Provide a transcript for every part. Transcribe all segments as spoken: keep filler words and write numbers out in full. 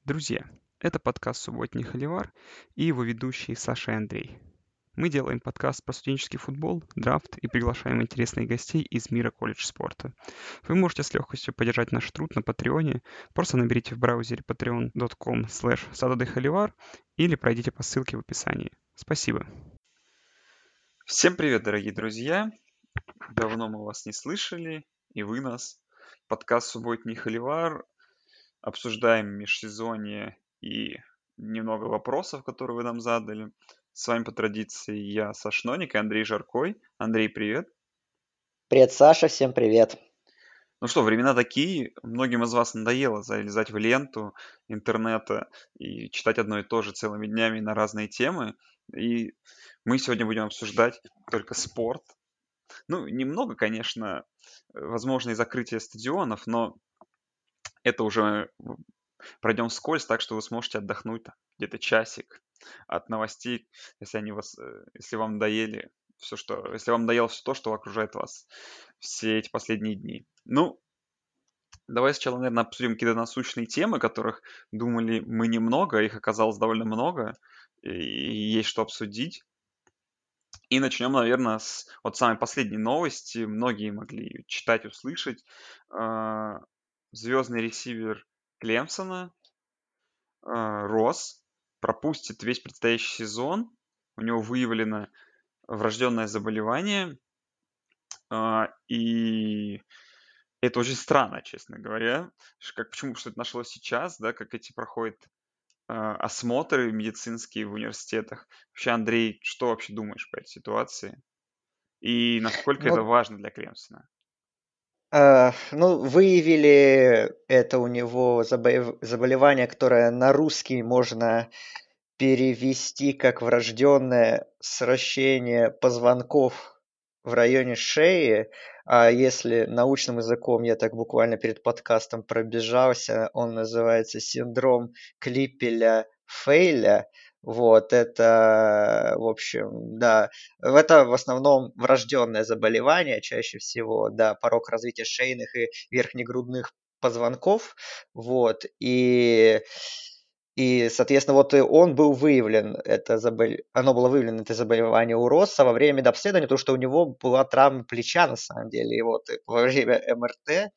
Друзья, это подкаст «Субботний Холивар» и его ведущие Саша и Андрей. Мы делаем подкаст про студенческий футбол, драфт и приглашаем интересных гостей из мира колледж-спорта. Вы можете с легкостью поддержать наш труд на Патреоне. Просто наберите в браузере patreon точка com slash sadodayhoливар или пройдите по ссылке в описании. Спасибо. Всем привет, дорогие друзья! Давно мы вас не слышали, и вы нас. Подкаст «Субботний Холивар». Обсуждаем межсезонье и немного вопросов, которые вы нам задали. С вами по традиции я, Саш Ноник, и Андрей Жаркой. Андрей, привет! Привет, Саша, всем привет! Ну что, времена такие, многим из вас надоело залезать в ленту интернета и читать одно и то же целыми днями на разные темы. И мы сегодня будем обсуждать только спорт. Ну, немного, конечно, э, возможно и закрытие стадионов, но это уже м, пройдем вскользь, так что вы сможете отдохнуть там где-то часик от новостей, если они вас, э, если вам надоели все, что, если вам надоело все то, что окружает вас все эти последние дни. Ну, давай сначала, наверное, обсудим какие-то насущные темы, которых думали мы немного, а их оказалось довольно много, и есть что обсудить. И начнем, наверное, с вот самой последней новости. Многие могли её читать, услышать. А, Звездный ресивер Клемсона, а, Росс, пропустит весь предстоящий сезон. У него выявлено врожденное заболевание. а, И это очень странно, честно говоря. Ш- Как, почему что это нашло сейчас, да, как эти проходят а, осмотры медицинские в университетах. Вообще, Андрей, что вообще думаешь по этой ситуации? И насколько это Ну, важно для Клемсона? э, ну, выявили это у него забо- заболевание, которое на русский можно перевести как врожденное сращение позвонков в районе шеи, а если научным языком, я так буквально перед подкастом пробежался, он называется синдром Клиппеля-Фейля. Вот, это, в общем, да, это в основном врожденное заболевание, чаще всего, да, порог развития шейных и верхнегрудных позвонков, вот, и и, соответственно, вот и он был выявлен, это забол... оно было выявлено, это заболевание у Росса во время медобследования, потому что у него была травма плеча, на самом деле, и вот и во время эм эр тэ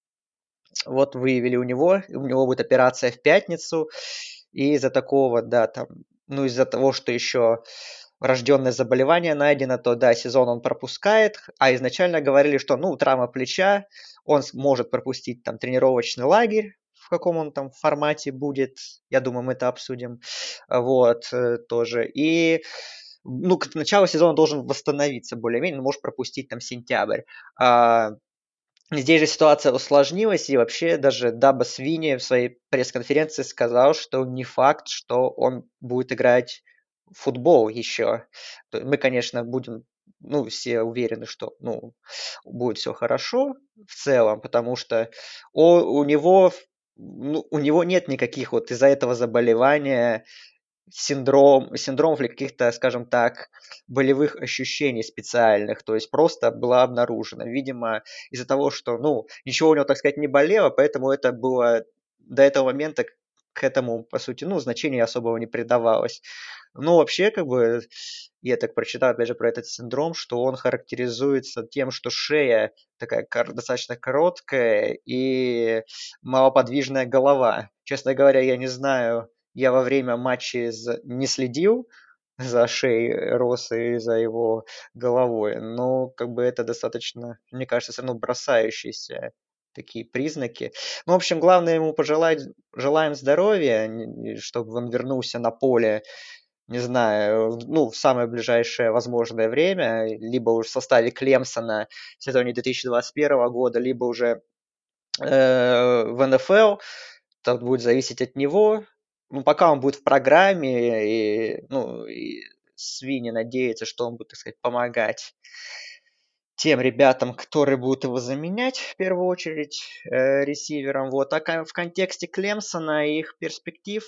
вот выявили у него, у него будет операция в пятницу, и из-за такого, да, там, ну, из-за того, что еще врожденное заболевание найдено, то, да, сезон он пропускает, а изначально говорили, что, ну, травма плеча, он может пропустить там тренировочный лагерь, в каком он там формате будет, я думаю, мы это обсудим, вот, э, тоже, и ну, к началу сезона должен восстановиться более-менее, может пропустить там сентябрь. А, Здесь же ситуация усложнилась, и вообще даже Даба Свини в своей пресс-конференции сказал, что не факт, что он будет играть в футбол еще. Мы, конечно, будем, ну, все уверены, что, ну, будет все хорошо в целом, потому что о, у него, ну, у него нет никаких вот из-за этого заболевания синдром, синдромов или каких-то, скажем так, болевых ощущений специальных, то есть просто была обнаружена. Видимо, из-за того, что, ну, ничего у него, так сказать, не болело, поэтому это было до этого момента к этому, по сути, ну, значения особого не придавалось. Ну, вообще, как бы, я так прочитал, опять же, про этот синдром, что он характеризуется тем, что шея такая кор- достаточно короткая и малоподвижная голова. Честно говоря, я не знаю, я во время матча з- не следил за шеей Росса и за его головой, но как бы это достаточно, мне кажется, все равно бросающиеся такие признаки. Ну, в общем, главное ему пожелать, желаем здоровья, н- чтобы он вернулся на поле, не знаю, в- ну, в самое ближайшее возможное время, либо уже в составе Клемсона в сезоне две тысячи двадцать первого года, либо уже э, в эн эф эл. Это будет зависеть от него. Ну, пока он будет в программе, и, ну, и Свини надеется, что он будет, так сказать, помогать тем ребятам, которые будут его заменять, в первую очередь, э, ресивером. Вот. А ка- в контексте Клемсона и их перспектив,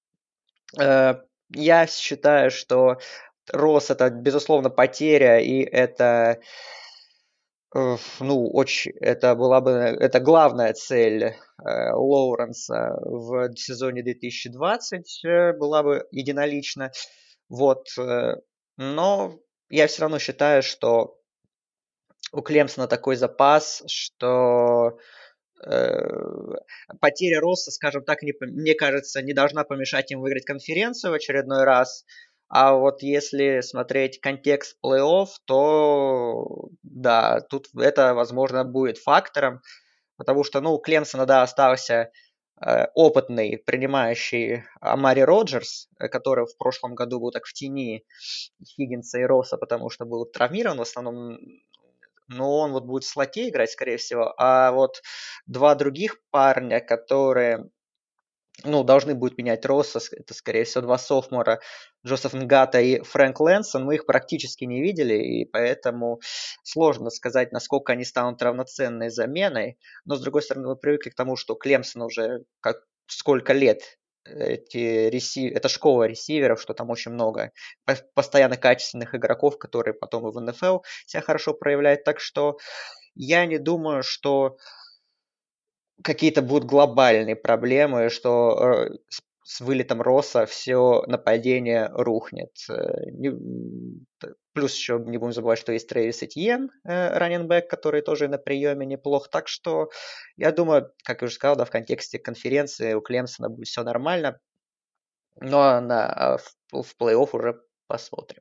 э, я считаю, что Росс это, безусловно, потеря, и это Э, Ну, очень, это была бы, это главная цель э, Лоуренса в сезоне две тысячи двадцать э, была бы единолично. Вот, э, но я все равно считаю, что у Клемсона такой запас, что э, потеря Росса, скажем так, не, пом- мне кажется, не должна помешать им выиграть конференцию в очередной раз. А вот если смотреть контекст плей-офф, то да, тут это, возможно, будет фактором, потому что, ну, у Клемсона, да, остался э, опытный, принимающий Амари Роджерс, э, который в прошлом году был так в тени Хиггинса и Росса, потому что был травмирован в основном, но он вот будет в слоте играть, скорее всего. А вот два других парня, которые, ну, должны будут менять Росса, это, скорее всего, два софмора, Джозеф Нгата и Фрэнк Лэнсон, мы их практически не видели, и поэтому сложно сказать, насколько они станут равноценной заменой. Но, с другой стороны, мы привыкли к тому, что Клемсон уже как сколько лет эти реси... это школа ресиверов, что там очень много постоянно качественных игроков, которые потом и в эн эф эл себя хорошо проявляют. Так что я не думаю, что какие-то будут глобальные проблемы, что э, с, с вылетом Росса все нападение рухнет. Э, не- Плюс еще не будем забывать, что есть Трэвис Этьен, э, раннинбэк, который тоже на приеме неплох. Так что я думаю, как я уже сказал, да, в контексте конференции у Клемсона будет все нормально. Но на, а, в, в плей-офф уже посмотрим.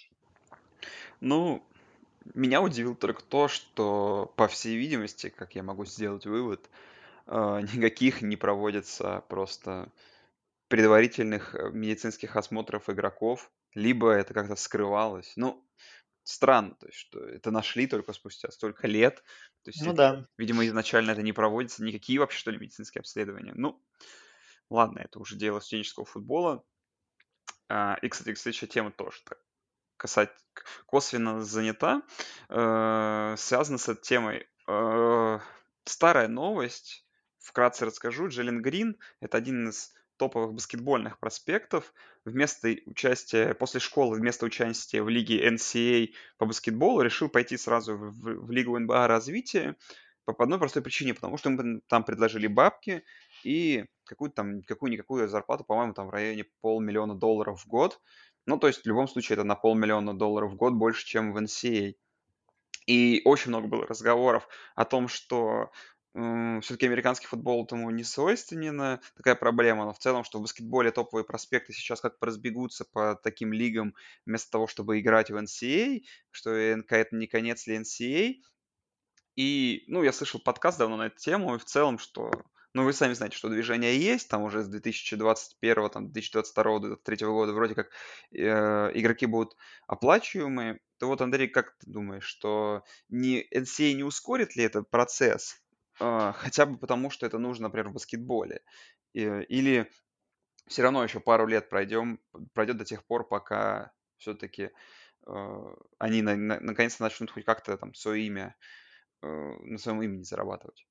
Ну, меня удивило только то, что, по всей видимости, как я могу сделать вывод, а, никаких не проводится просто предварительных э, медицинских осмотров игроков, либо это как-то скрывалось. Ну, странно, то есть, что это нашли только спустя столько лет. То есть, Ну это, да. видимо, изначально это не проводится, никакие вообще, что ли, медицинские обследования. Ну, ладно, это уже дело студенческого футбола. А, и, кстати, следующая тема тоже так касать косвенно занята, э, связана с этой темой. Э, Старая новость, вкратце расскажу. Джейлен Грин — это один из топовых баскетбольных проспектов. Вместо участия, после школы, вместо участия в лиге эн си эй эй по баскетболу решил пойти сразу в, в- в лигу эн би эй развития по по одной простой причине, потому что ему там предложили бабки и какую-то там, какую-никакую зарплату, по-моему, там в районе полмиллиона долларов в год. Ну, то есть в любом случае это на полмиллиона долларов в год больше, чем в эн си эй эй. И очень много было разговоров о том, что все-таки американский футбол этому не свойственна такая проблема, но в целом, что в баскетболе топовые проспекты сейчас как-то разбегутся по таким лигам вместо того, чтобы играть в эн си эй эй, что эн ка это не конец ли эн си эй эй. И, ну, я слышал подкаст давно на эту тему, и в целом, что, ну, вы сами знаете, что движение есть, там уже с две тысячи двадцать первого, там, две тысячи двадцать второго, две тысячи двадцать третьего года вроде как э, игроки будут оплачиваемые. То вот, Андрей, как ты думаешь, что не эн си эй эй не ускорит ли этот процесс? А, хотя бы потому, что это нужно, например, в баскетболе. Э, Или все равно еще пару лет пройдем, пройдет до тех пор, пока все-таки они на- на- наконец-то начнут хоть как-то там свое имя э, на своем имени зарабатывать.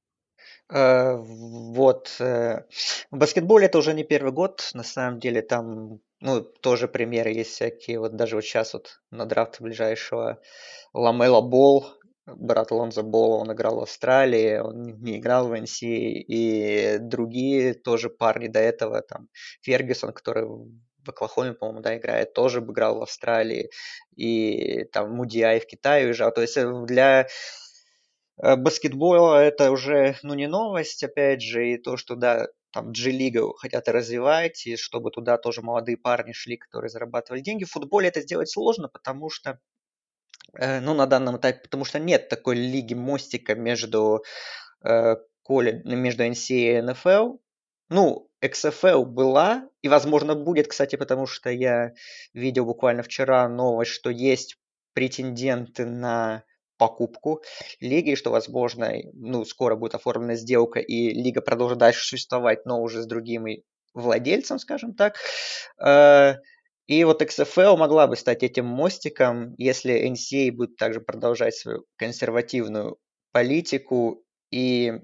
Э, Вот. э, В баскетболе это уже не первый год. На самом деле там, ну, тоже примеры есть всякие. Вот даже вот сейчас вот на драфт ближайшего Ламела Болл, брат Лонзо Болла, он играл в Австралии, он не не играл в эн си эй эй. И другие тоже парни до этого, там, Фергюсон, который в Оклахоме, по-моему, да, играет, тоже бы играл в Австралии. И там Мудиай в Китае уезжал. То есть э, для Э, баскетбол это уже, ну, не новость, опять же, и то, что, да, там G-лигу хотят развивать, и чтобы туда тоже молодые парни шли, которые зарабатывали деньги. В футболе это сделать сложно, потому что, э, ну, на данном этапе, потому что нет такой лиги мостика между, э, колледж, между эн си эй эй и эн эф эл. Ну, икс эф эл была, и, возможно, будет, кстати, потому что я видел буквально вчера новость, что есть претенденты на покупку лиги, что, возможно, ну, скоро будет оформлена сделка, и лига продолжит дальше существовать, но уже с другим и владельцем, скажем так. Э, И вот икс эф эл могла бы стать этим мостиком, если эн си эй эй будет также продолжать свою консервативную политику и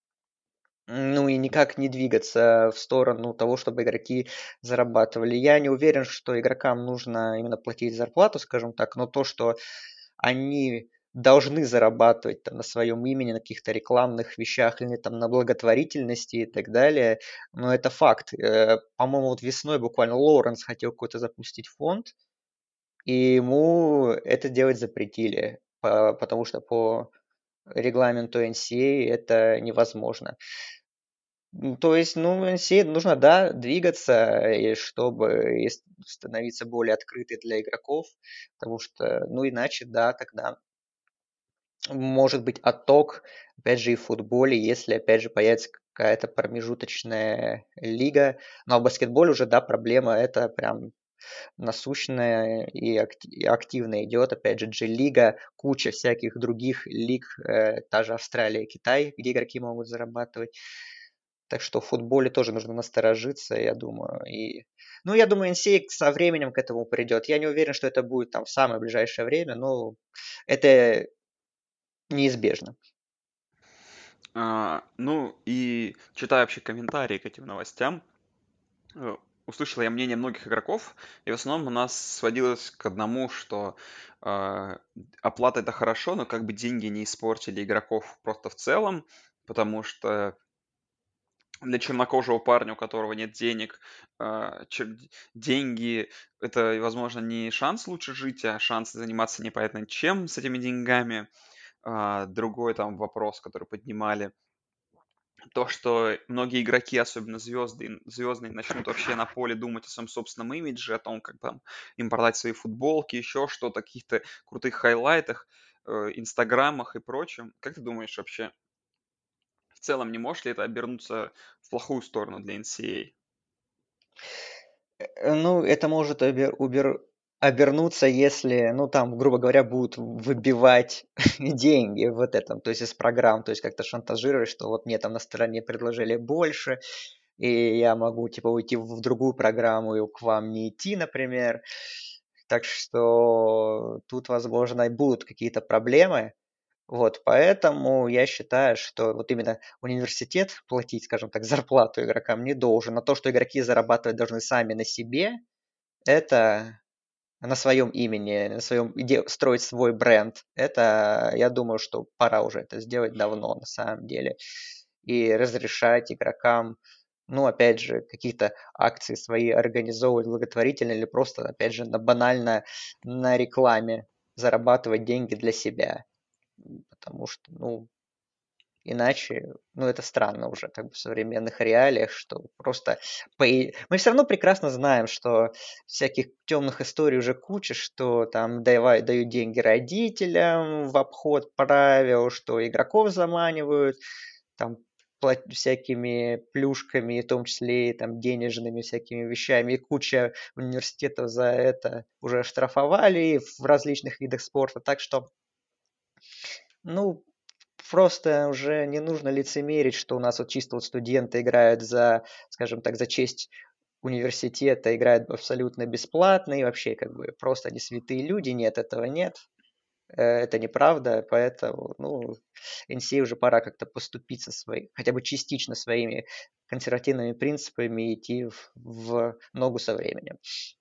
ну и никак не двигаться в сторону того, чтобы игроки зарабатывали. Я не уверен, что игрокам нужно именно платить зарплату, скажем так, но то, что они должны зарабатывать там на своем имени, на каких-то рекламных вещах или там на благотворительности и так далее. Но это факт. Э, По-моему, вот весной буквально Лоуренс хотел какой-то запустить фонд, и ему это делать запретили, по- потому что по регламенту эн си эй эй это невозможно. М, То есть, ну, эн си эй эй нужно, да, двигаться, и чтобы и с- становиться более открытой для игроков, потому что, ну, иначе, да, тогда может быть отток, опять же, и в футболе, если, опять же, появится какая-то промежуточная лига. Но в баскетболе уже, да, проблема это прям насущная и акти- и активно идет. Опять же, G-лига, куча всяких других лиг, э, та же Австралия, Китай, где игроки могут зарабатывать. Так что в футболе тоже нужно насторожиться, я думаю. И... Ну, я думаю, эн си эй эй со временем к этому придет. Я не уверен, что это будет там в самое ближайшее время, но это неизбежно. А, ну и читая вообще комментарии к этим новостям, э, услышал я мнение многих игроков, и в основном у нас сводилось к одному, что а, оплата это хорошо, но как бы деньги не испортили игроков просто в целом, потому что для чернокожего парня, у которого нет денег, а, чер- деньги это, возможно, не шанс лучше жить, а шанс заниматься непонятно чем с этими деньгами. А, другой там вопрос, который поднимали, то, что многие игроки, особенно звезды, звездные, начнут вообще на поле думать о своем собственном имидже, о том, как там им продать свои футболки, еще что-то, каких-то крутых хайлайтах, э, инстаграмах и прочем. Как ты думаешь вообще, в целом, не может ли это обернуться в плохую сторону для эн си эй эй? Э, Ну, это может обер- убер- обернуться, если, ну, там, грубо говоря, будут выбивать деньги вот этом, то есть из программ, то есть как-то шантажировать, что вот мне там на стороне предложили больше, и я могу, типа, уйти в другую программу и к вам не идти, например. Так что тут, возможно, и будут какие-то проблемы. Вот, поэтому я считаю, что вот именно университет платить, скажем так, зарплату игрокам не должен. Но то, что игроки зарабатывать должны сами на себе, это на своем имени, на своем иде- строить свой бренд. Это, я думаю, что пора уже это сделать давно, на самом деле. И разрешать игрокам, ну, опять же, какие-то акции свои организовывать благотворительно или просто, опять же, на банально на рекламе зарабатывать деньги для себя. Потому что, ну, иначе, ну, это странно уже как бы в современных реалиях, что просто по и мы все равно прекрасно знаем, что всяких темных историй уже куча, что там давай дают деньги родителям в обход правил, что игроков заманивают, там пла всякими плюшками, в том числе и там денежными всякими вещами. И куча университетов за это уже оштрафовали в различных видах спорта. Так что, ну, просто уже не нужно лицемерить, что у нас вот чисто вот студенты играют за, скажем так, за честь университета, играют абсолютно бесплатно, и вообще как бы просто они святые люди. Нет, этого нет. Э, Это неправда, поэтому, ну, эн си эй эй уже пора как-то поступиться свои, хотя бы частично своими консервативными принципами и идти в, в ногу со временем.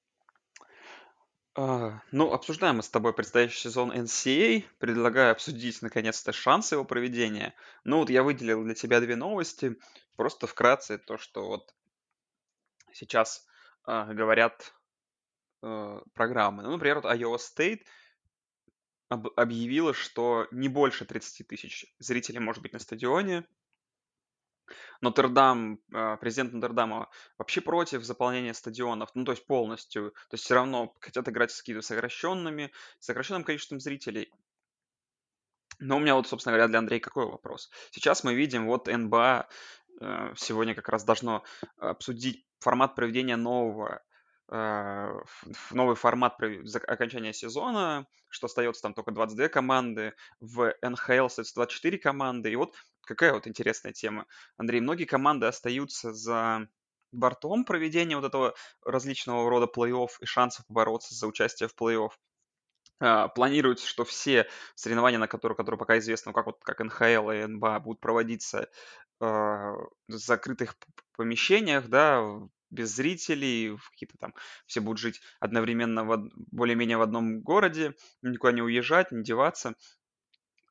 А, ну, обсуждаем мы с тобой предстоящий сезон эн си эй эй. Предлагаю обсудить, наконец-то, шансы его проведения. Ну, вот я выделил для тебя две новости. Просто вкратце то, что вот сейчас а, говорят э, программы. Ну, например, вот Iowa State об- объявила, что не больше тридцати тысяч зрителей может быть на стадионе. Нотр-Дам, а, президент Нотр-Дама вообще против заполнения стадионов, ну, то есть полностью. То есть все равно хотят играть с какими-то сокращенными, сокращенным количеством зрителей. Но у меня вот, собственно говоря, для Андрея какой вопрос? Сейчас мы видим, вот эн бэ а э, сегодня как раз должно обсудить формат проведения нового, э, ф- ф- новый формат прове- зак- окончания сезона, что остается там только двадцать две команды, в эн эйч эл остается двадцать четыре команды. И вот какая вот интересная тема. Андрей, многие команды остаются за бортом проведения вот этого различного рода плей-офф и шансов побороться за участие в плей-офф. А, планируется, что все соревнования, на которые, которые пока известно, ну, как вот как эн эйч эл и эн бэ а, будут проводиться а, в закрытых п- п- помещениях, да, в- без зрителей, в какие-то там все будут жить одновременно в од- более-менее в одном городе, никуда не уезжать, не деваться.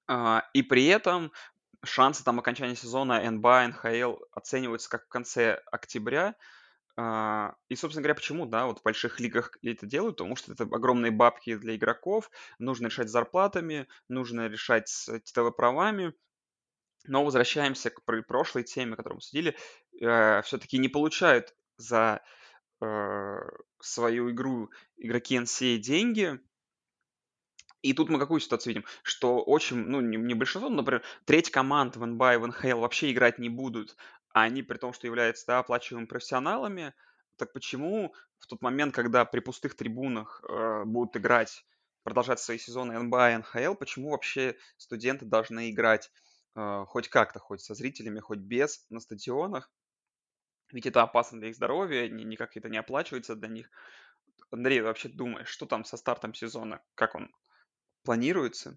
А, И при этом шансы там окончания сезона эн бэ а, эн ха эл оцениваются как в конце октября. А, И, собственно говоря, почему, да, вот в больших лигах это делают, потому что это огромные бабки для игроков, нужно решать с зарплатами, нужно решать с тв правами. Но возвращаемся к пр- прошлой теме, которую мы судили. Все-таки не получают за э, свою игру игроки эн си эй эй деньги. И тут мы какую ситуацию видим? Что очень, ну, не, не большинство, но, например, треть команд в эн бэ а и в эн ха эл вообще играть не будут, а они, при том, что являются, да, оплачиваемыми профессионалами, так почему в тот момент, когда при пустых трибунах э, будут играть, продолжать свои сезоны эн бэ а и эн ха эл, почему вообще студенты должны играть э, хоть как-то, хоть со зрителями, хоть без, на стадионах? Ведь это опасно для их здоровья, ни- никак это не оплачивается для них. Андрей, вообще думаешь, что там со стартом сезона? Как он планируется?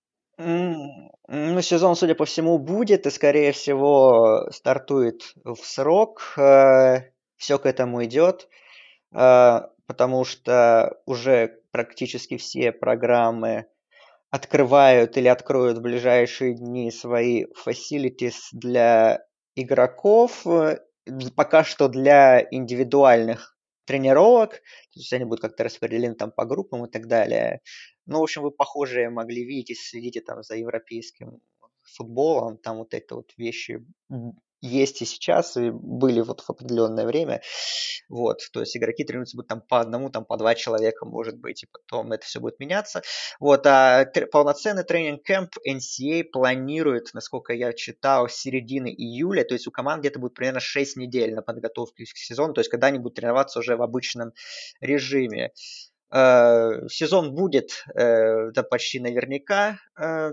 М, Ну, сезон, судя по всему, будет и, скорее всего, стартует в срок. Все к этому идет, э, потому что уже практически все программы открывают или откроют в ближайшие дни свои facilities для игроков. э, д- Пока что для индивидуальных тренировок. То есть они будут как-то распределены там по группам и так далее. Ну, в общем, вы похожие могли видеть, если следите там за европейским футболом. Там вот это вот вещи м, есть и сейчас, и были вот в определенное время. Вот, то есть игроки тренируются будут там по одному, там по два человека, может быть, и потом это все будет меняться. Вот, а тр- полноценный тренинг-кэмп эн си эй эй планирует, насколько я читал, с середины июля, то есть у команд где-то будет примерно шесть недель на подготовку к сезону, то есть когда они будут тренироваться уже в обычном режиме. Э, Сезон будет, э, это почти наверняка. Э,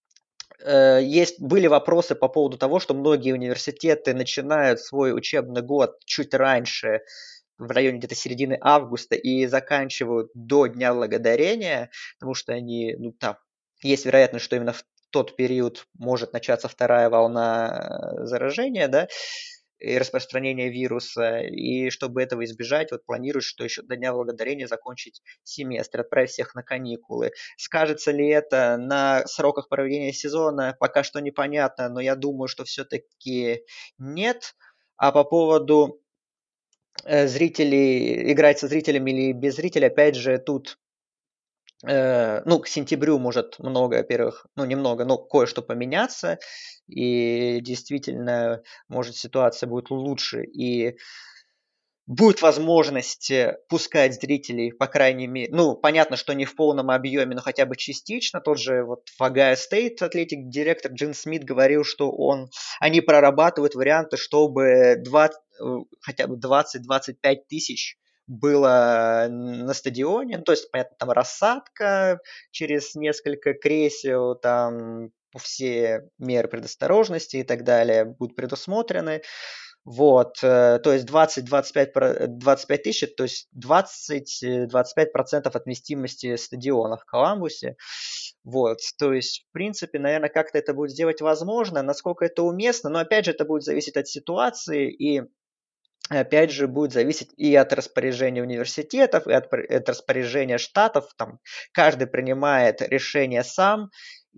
э, Есть, были вопросы по поводу того, что многие университеты начинают свой учебный год чуть раньше, в районе где-то середины августа и заканчивают до Дня Благодарения, потому что они, ну там, есть вероятность, что именно в тот период может начаться вторая волна э, заражения, да, и распространения вируса. И чтобы этого избежать, вот планируют, что еще до Дня Благодарения закончить семестр, отправить всех на каникулы. Скажется ли это на сроках проведения сезона, пока что непонятно, но я думаю, что все-таки нет. А по поводу э, зрителей, играть со зрителями или без зрителей, опять же, тут, э, ну, к сентябрю может много, во-первых, ну, немного, но кое-что поменяться, и действительно, может, ситуация будет лучше, и будет возможность э, пускать зрителей, по крайней мере, ну, понятно, что не в полном объеме, но хотя бы частично. Тот же вот в Ohio State атлетик директор Джин Смит говорил, что он, они прорабатывают варианты, чтобы двадцать, э, хотя бы двадцать-двадцать пять тысяч было на стадионе. Ну, то есть, понятно, там рассадка через несколько кресел, там все меры предосторожности и так далее будут предусмотрены. Вот, э, то есть двадцать-двадцать пять, про- двадцать пять тысяч, то есть двадцать-двадцать пять процентов от вместимости стадиона в Коламбусе. Вот, то есть, в принципе, наверное, как-то это будет сделать возможно, насколько это уместно, но опять же, это будет зависеть от ситуации и опять же, будет зависеть и от распоряжения университетов, и от, от распоряжения штатов. Там каждый принимает решение сам,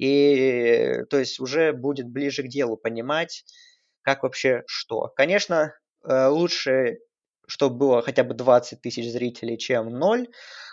и то есть уже будет ближе к делу понимать, как вообще что. Конечно, э, лучше, чтобы было хотя бы двадцать тысяч зрителей, чем ноль,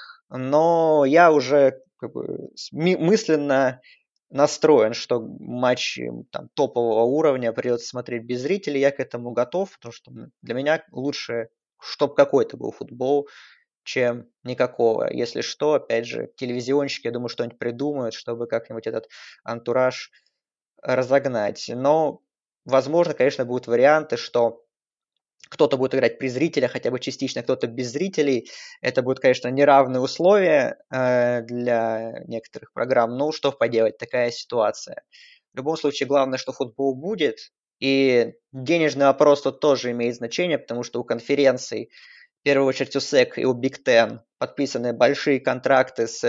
но я уже как бы мысленно настроен, что матчи там, топового уровня придется смотреть без зрителей. Я к этому готов, потому что для меня лучше, чтобы какой-то был футбол, чем никакого. Если что, опять же, телевизионщики, я думаю, что-нибудь придумают, чтобы как-нибудь этот антураж разогнать. Но, возможно, конечно, будут варианты, что кто-то будет играть при зрителях, хотя бы частично, кто-то без зрителей. Это будут, конечно, неравные условия э, для некоторых программ. Ну, что поделать, такая ситуация. В любом случае, главное, что футбол будет. И денежный вопрос тут тоже имеет значение, потому что у конференций, в первую очередь у сек и у Big Ten, подписаны большие контракты с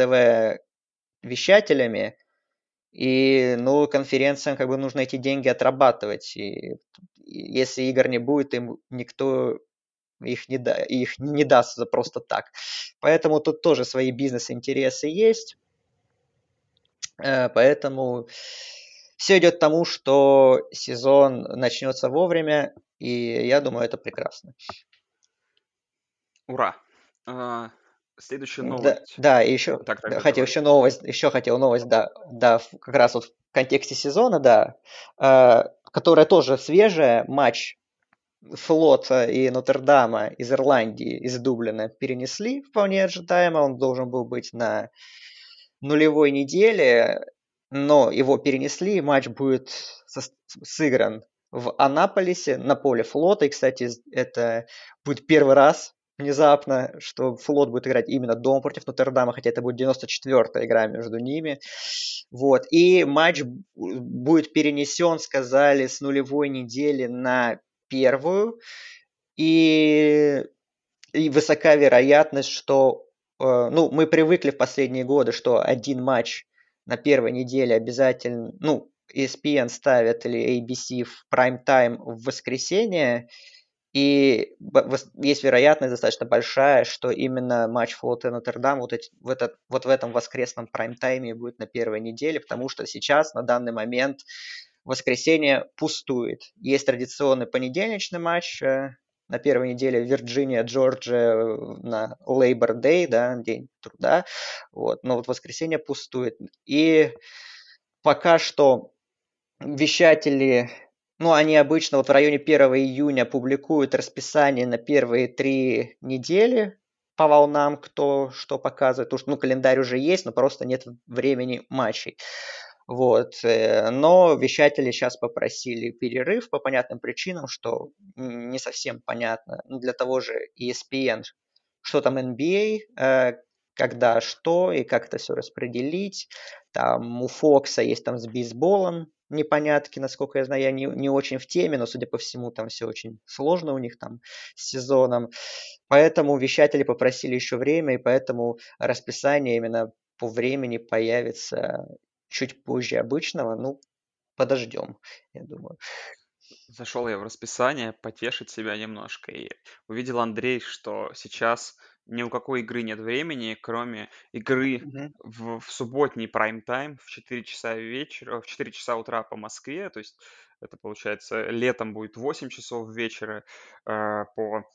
ТВ-вещателями, и, ну, конференциям как бы нужно эти деньги отрабатывать. И если игр не будет, им никто их не, да, их не даст за просто так. Поэтому тут тоже свои бизнес-интересы есть. Э, Поэтому все идет к тому, что сезон начнется вовремя, и я думаю, это прекрасно. Ура! А, Следующая Да, новость. да, и еще Так, так, хотел договорить. еще новость, еще хотел новость, да, да, в- как раз вот в контексте сезона, да, э, которая тоже свежая, матч Флота и Нотр-Дама из Ирландии, из Дублина перенесли вполне ожидаемо, он должен был быть на нулевой неделе, но его перенесли, и матч будет сос- сыгран в Анаполисе на поле Флота, и, кстати, это будет первый раз внезапно, что Флот будет играть именно дома против Нотр-Дама, хотя это будет девяносто четвёртая игра между ними. Вот. И матч будет перенесен, сказали, с нулевой недели на первую. И, и высока вероятность, что... э, ну, мы привыкли в последние годы, что один матч на первой неделе обязательно... Ну, и эс пи эн ставят или эй би си в прайм-тайм в воскресенье, и есть вероятность достаточно большая, что именно матч Флота и Нотр-Дам вот, эти, в этот, вот в этом воскресном прайм-тайме будет на первой неделе, потому что сейчас, на данный момент, воскресенье пустует. Есть традиционный понедельничный матч э, на первой неделе Вирджиния, Джорджия на Labor Day, да, день труда, вот, но вот воскресенье пустует. И пока что вещатели, ну, они обычно вот в районе первого июня публикуют расписание на первые три недели по волнам, кто что показывает. Потому что, ну, календарь уже есть, но просто нет времени матчей. Вот. э, Но вещатели сейчас попросили перерыв по понятным причинам, что м, не совсем понятно. Ну, для того же и эс пи эн, что там эн би эй, э, когда что и как это все распределить. Там у Фокса есть там с бейсболом непонятки, насколько я знаю, я не, не очень в теме, но, судя по всему, там все очень сложно у них там с сезоном. Поэтому вещатели попросили еще время, и поэтому расписание именно по времени появится чуть позже обычного. Ну, подождем, я думаю. Зашел я в расписание, потешить себя немножко. И увидел, Андрей, что сейчас ни у какой игры нет времени, кроме игры Мгм. в, в субботний прайм-тайм в четыре часа вечера, в четыре часа утра по Москве. То есть это получается летом будет восемь часов вечера э, по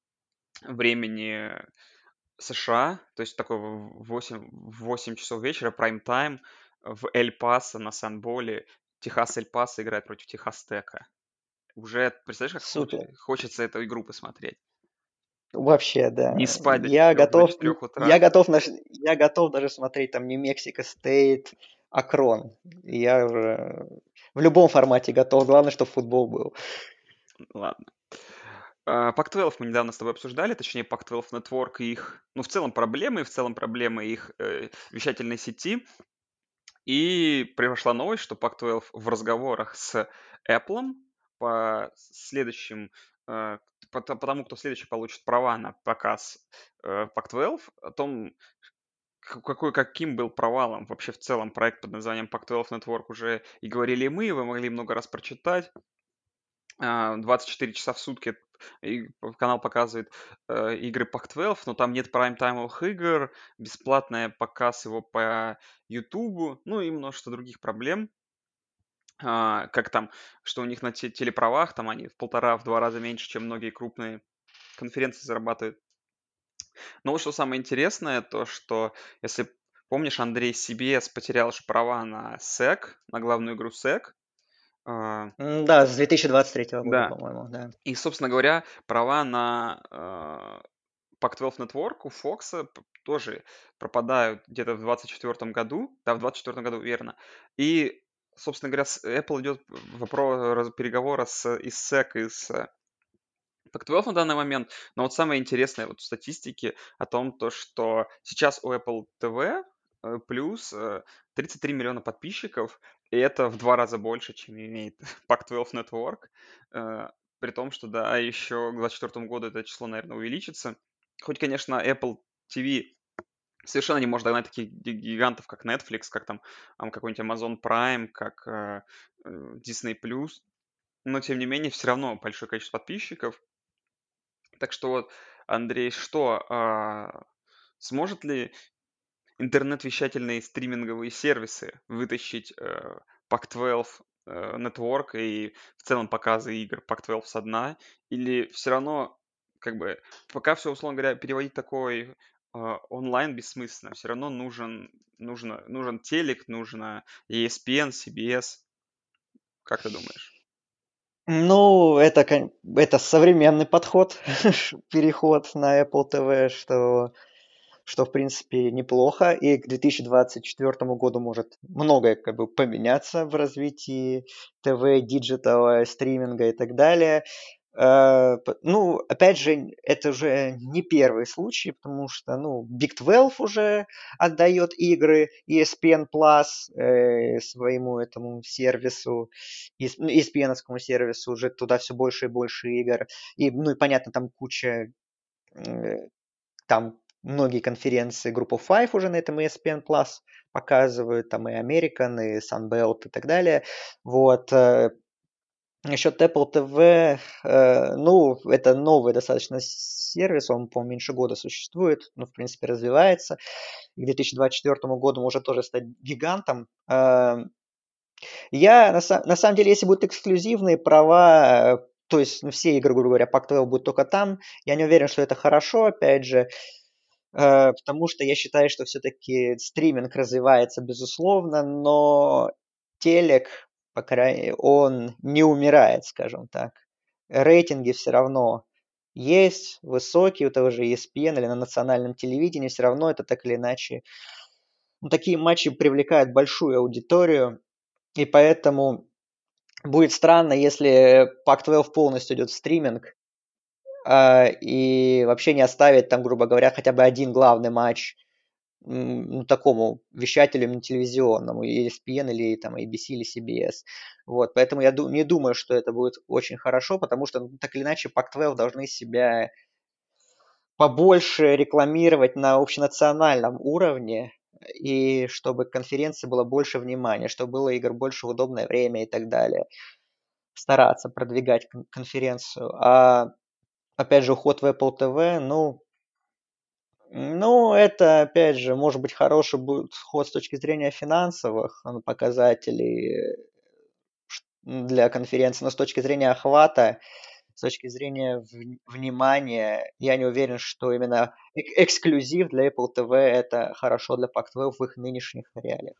времени США. То есть такой в восемь, в восемь часов вечера прайм-тайм в Эль-Пасо на Санболе. Техас Эль-Пасо играет против Техас Тека. Уже, представляешь, как хоч- Супер. хочется эту игру посмотреть. Вообще, Не да. спать до Я четырех, до готов, четырех я утра. готов, наш- я готов даже смотреть там Нью-Мексико Стейт, Акрон. Я уже в любом формате готов. Главное, чтобы футбол был. Ладно. А, пак двенадцать мы недавно с тобой обсуждали, точнее, пак двенадцать Network и их, ну, в целом проблемы, в целом проблемы их э, вещательной сети. И произошла новость, что пак двенадцать в разговорах с Apple по следующим, э, по, по тому, кто следующий получит права на показ э, пак двенадцать, о том, К какой каким был провалом вообще в целом проект под названием пак двенадцать Network уже и говорили мы, вы могли много раз прочитать. А, двадцать четыре часа в сутки и п канал показывает, э, игры пак двенадцать, но там нет прайм-таймовых игр, бесплатный показ его по "Ютубу", ну и множество других проблем. А, как там, что у них на те телеправах там они в полтора, в два раза меньше, чем многие крупные конференции зарабатывают. Но вот что самое интересное, то что, если помнишь, Андрей си би эс потерял же права на сэк, на главную игру сэк. А, М, Да, с две тысячи двадцать третьего года, да. по-моему, да. И, собственно говоря, права на а, пак двенадцать Network у Фокса п- тоже пропадают где-то в двадцать четвёртом году. Да, в двадцать четвёртом году, верно. И, собственно говоря, с Apple идет вопрос переговора с, и с сэк, и с пак двенадцать на данный момент. Но вот самое интересное вот в статистике о том, то, что сейчас у Apple ти ви э, плюс э, тридцать три миллиона подписчиков, и это в два раза больше, чем имеет пак двенадцать Network. Э, При том, что, да, еще к двадцать четвёртому году это число, наверное, увеличится. Хоть, конечно, Apple ти ви совершенно не может догнать таких ги- гигантов, как Netflix, как там ам, какой-нибудь Amazon Prime, как э, э, Disney+. Но, тем не менее, все равно большое количество подписчиков. Так что вот, Андрей, что, а, сможет ли интернет-вещательные стриминговые сервисы, вытащить э, пак двенадцать э, Network и в целом показы игр пак двенадцать со дна, или все равно, как бы, пока все, условно говоря, переводить такой э, онлайн бессмысленно, все равно нужен, нужно, нужен телек, нужно и эс пи эн, си би эс. Как ты думаешь? Ну, это, кон- это современный подход, переход на Apple ти ви, что, что в принципе неплохо. И к две тысячи двадцать четвёртому году может многое как бы поменяться в развитии ТВ, диджитала, стриминга и так далее. Э, п- Ну, опять же, это уже не первый случай, потому что, ну, Big двенадцать уже отдает игры и эс пи эн Plus э, своему этому сервису, ес- ну, и эс пи эн-овскому сервису, уже туда все больше и больше игр. И, ну, и понятно, там куча, э, там многие конференции группы Five уже на этом и эс пи эн Plus показывают, там и American, и Sunbelt и так далее. Вот. э, Насчет Apple ти ви, э, ну, это новый достаточно сервис, он, по-моему, меньше года существует, но, в принципе, развивается. И к две тысячи двадцать четвёртому году может тоже стать гигантом. Э, Я, на, са- на самом деле, если будут эксклюзивные права, э, то есть ну, все игры, грубо говоря, пак двенадцать будут только там, я не уверен, что это хорошо, опять же, э, потому что я считаю, что все-таки стриминг развивается, безусловно, но телек, по крайней он не умирает, скажем так. Рейтинги все равно есть, высокие, у того же и эс пи эн или на национальном телевидении, все равно это так или иначе. Ну, такие матчи привлекают большую аудиторию, и поэтому будет странно, если пак двенадцать полностью идет в стриминг, а, и вообще не оставит там, грубо говоря, хотя бы один главный матч м, ну, такому вещателю именно телевизионному, и эс пи эн или там эй би си или си би эс. Вот, поэтому я ду- не думаю, что это будет очень хорошо, потому что ну, так или иначе пак двенадцать должны себя побольше рекламировать на общенациональном уровне, и чтобы к конференции было больше внимания, чтобы было игр больше в удобное время и так далее. Стараться продвигать кон- конференцию. А опять же, уход в Apple ти ви, ну, ну, это, опять же, может быть, хороший будет ход с точки зрения финансовых э, показателей э, ш- для конференции, но с точки зрения охвата, с точки зрения вн- внимания, я не уверен, что именно эк- эксклюзив для Apple ти ви это хорошо для пак двенадцать в их нынешних реалиях.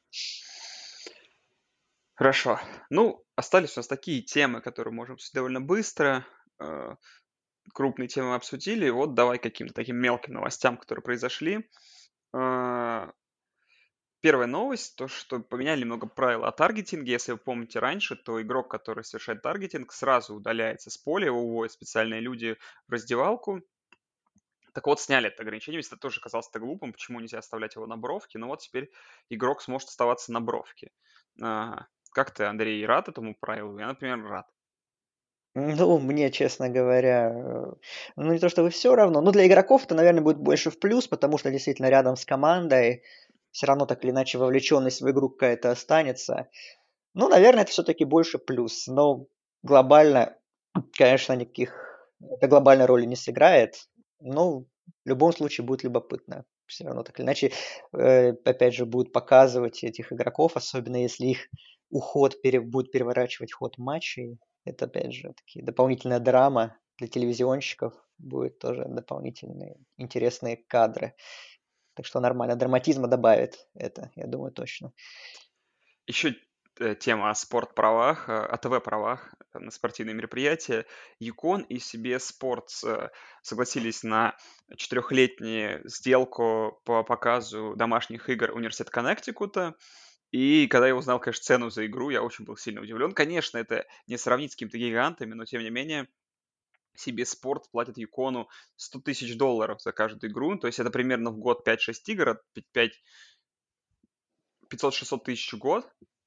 Хорошо. Ну, остались у нас такие темы, которые можем обсудить довольно быстро. Э, Крупные темы мы обсудили. Вот давай к каким-то таким мелким новостям, которые произошли. Э, Первая новость, то, что поменяли немного правила о таргетинге. Если вы помните раньше, то игрок, который совершает таргетинг, сразу удаляется с поля, его уводят специальные люди в раздевалку. Так вот, сняли это ограничение, ведь это тоже казалось то глупым, почему нельзя оставлять его на бровке, но вот теперь игрок сможет оставаться на бровке. А, Как ты, Андрей, рад этому правилу? Я, например, рад. Ну, мне, честно говоря, э, ну не то чтобы все равно, но для игроков это, наверное, будет больше в плюс, потому что действительно рядом с командой все равно так или иначе вовлеченность в игру какая-то останется. Ну, наверное, это все-таки больше плюс, но глобально, конечно, никаких, это глобальной роли не сыграет, но в любом случае будет любопытно. Все равно так или иначе, э, опять же, будут показывать этих игроков, особенно если их уход пере- будет переворачивать ход матчей. Это, опять же, такие дополнительная драма для телевизионщиков, будет тоже дополнительные интересные кадры. Так что нормально, драматизма добавит это, я думаю, точно. Еще э, тема о спортправах, э, о ТВ-правах э, на спортивные мероприятия. Юкон и си би эс Sports э, согласились на четырехлетнюю сделку по показу домашних игр Университета Коннектикута. И когда я узнал, конечно, цену за игру, я очень был сильно удивлен. Конечно, это не сравнить с какими-то гигантами, но тем не менее си би эс Sport платит Юкону сто тысяч долларов за каждую игру. То есть это примерно в год пять-шесть игр, от пять- пятьсот-шестьсот тысяч в год.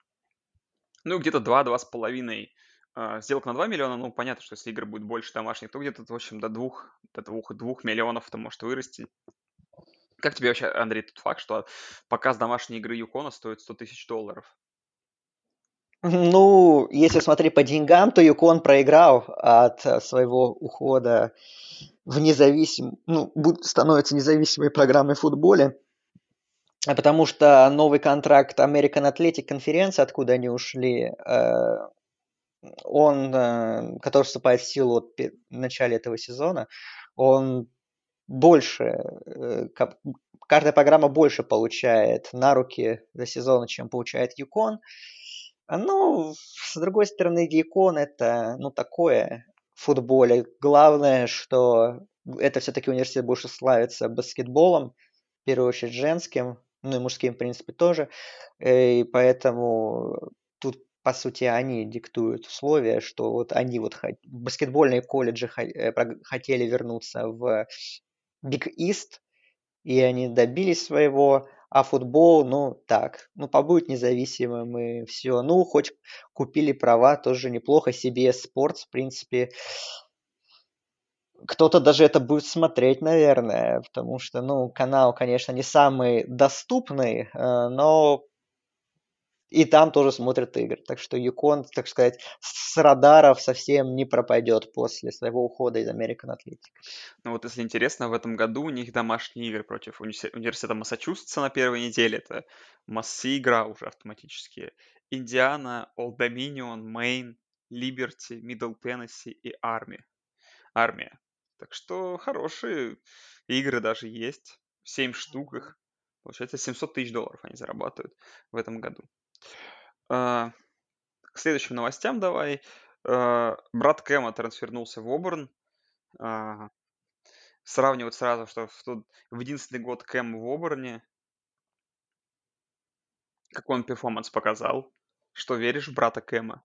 Ну, где-то два-два с половиной а, сделок на два миллиона. Ну, понятно, что если игр будет больше домашних, то где-то, в общем, до двух, до двух, двух миллионов это может вырасти. Как тебе вообще, Андрей, тот факт, что показ домашней игры Юкона стоит сто тысяч долларов? Ну, если смотреть по деньгам, то Юкон проиграл от э, своего ухода в независим, ну, буд- становится независимой программой в футболе. А потому что новый контракт American Athletic Conference, откуда они ушли, э, он, э, который вступает в силу вот пе- в начале этого сезона, он больше, э, ка- каждая программа больше получает на руки за сезон, чем получает Юкон. А, Ну, с другой стороны, Юкон это, ну, такое в футболе. Главное, что это все-таки университет больше славится баскетболом, в первую очередь женским, ну и мужским, в принципе, тоже. Э, И поэтому тут, по сути, они диктуют условия, что вот они вот хот- баскетбольные колледжи хо- э, прог- хотели вернуться в Big East, и они добились своего, а футбол, ну так, ну побудет независимым и все. Ну, хоть купили права, тоже неплохо. си би эс Sports, в принципе, кто-то даже это будет смотреть, наверное, потому что, ну, канал, конечно, не самый доступный, э, но и там тоже смотрят игры. Так что Юкон, так сказать, с радаров совсем не пропадет после своего ухода из American Athletic. Ну вот если интересно, в этом году у них домашние игры против универси- университета Массачусетса на первой неделе. Это массы игра уже автоматически. Индиана, Олд Доминион, Мэйн, Либерти, Мидл Теннесси и Арми. Армия. Так что хорошие игры даже есть. Семь штук их. Получается, семьсот тысяч долларов они зарабатывают в этом году. А, К следующим новостям давай. А, Брат Кэма трансфернулся в Оберн. А, Сравнивать сразу, что в, тот, в единственный год Кэм в Оберне, какой он перформанс показал. Что веришь в брата Кэма?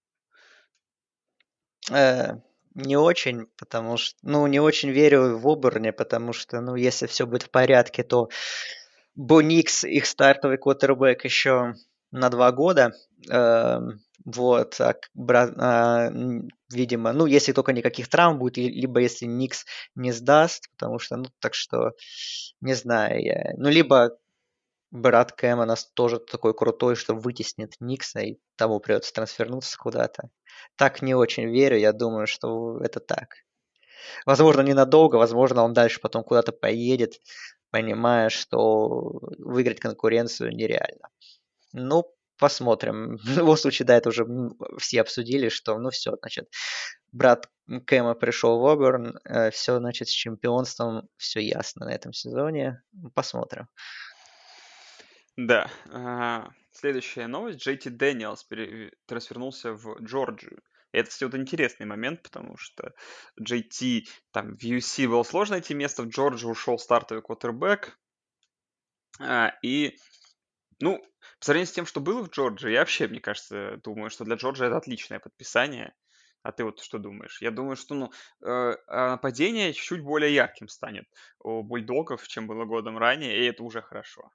Э, не очень, потому что, ну, не очень верю в Оберне, потому что, ну, если все будет в порядке, то Бо Никс, их стартовый квотербек еще на два года. Эм, вот, а к- бра- а, м, видимо, ну, если только никаких травм будет, и- либо если Никс не сдаст, потому что, ну, так что, не знаю я. Ну, либо брат Кэма нас тоже такой крутой, что вытеснит Никса, и тому придется трансфернуться куда-то. Так не очень верю, я думаю, что это так. Возможно, ненадолго, возможно, он дальше потом куда-то поедет, понимая, что выиграть конкуренцию нереально. Ну, посмотрим. В любом случае, да, это уже м, все обсудили, что, ну, все, значит, брат Кэма пришел в Оберн, все, значит, с чемпионством, все ясно на этом сезоне. Посмотрим. Да. а, Следующая новость. Джей Ти Дэниелс пере- трансфернулся в Джорджию. И это, кстати, вот интересный момент, потому что Джей Ти там в Ю Си было сложно найти место, в Джорджию ушел стартовый квотербек. а, И, ну, по сравнению с тем, что было в Джорджии, я вообще, мне кажется, думаю, что для Джорджии это отличное подписание. А ты вот что думаешь? Я думаю, что, ну, э, а нападение чуть-чуть более ярким станет у бульдогов, чем было годом ранее, и это уже хорошо.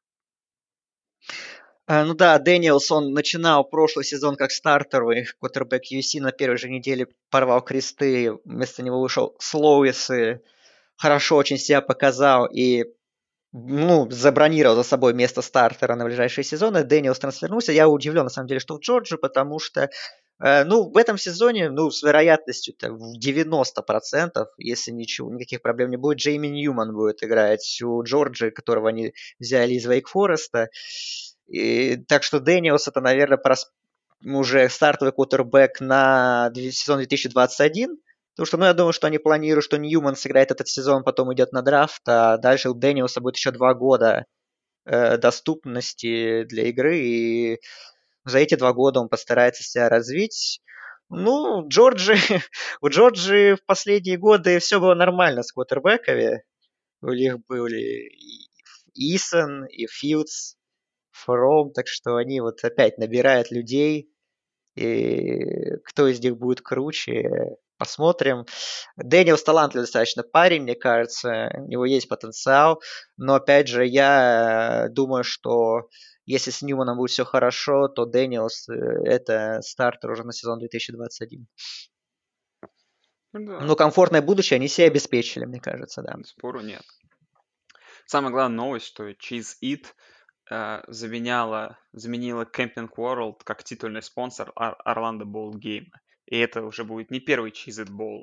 А, ну да, Дэниелс, он начинал прошлый сезон как стартовый квотербек Ю Си, на первой же неделе порвал кресты, вместо него вышел Слоуис и хорошо очень себя показал и ну, забронировал за собой место стартера на ближайшие сезоны. Дэниелс трансфернулся. Я удивлен, на самом деле, что в Джорджию, потому что, э, ну, в этом сезоне, ну, с вероятностью в девяносто процентов, если ничего, никаких проблем не будет, Джейми Ньюман будет играть у Джорджии, которого они взяли из Вейк Фореста. И, так что Дэниелс это, наверное, прос- уже стартовый квотербек на две- сезон две тысячи двадцать один. Потому что, ну, я думаю, что они планируют, что Ньюман сыграет этот сезон, потом идет на драфт, а дальше у Дэниелса будет еще два года э, доступности для игры, и за эти два года он постарается себя развить. Ну, Джорджи, у Джорджи в последние годы все было нормально с квотербеками. У них были и Исон, и Филдс, Фром, так что они вот опять набирают людей, и кто из них будет круче, посмотрим. Дэниелс талантливый достаточно парень, мне кажется, у него есть потенциал, но опять же, я думаю, что если с Ньюманом будет все хорошо, то Дэниелс э, это стартер уже на сезон две тысячи двадцать один. Ну да, Но комфортное будущее они себе обеспечили, мне кажется, да. спору нет. Самая главная новость, что Cheese It э, заменяла, заменила Camping World как титульный спонсор Ор- Orlando Bowl Game. И это уже будет не первый Cheez It Bowl.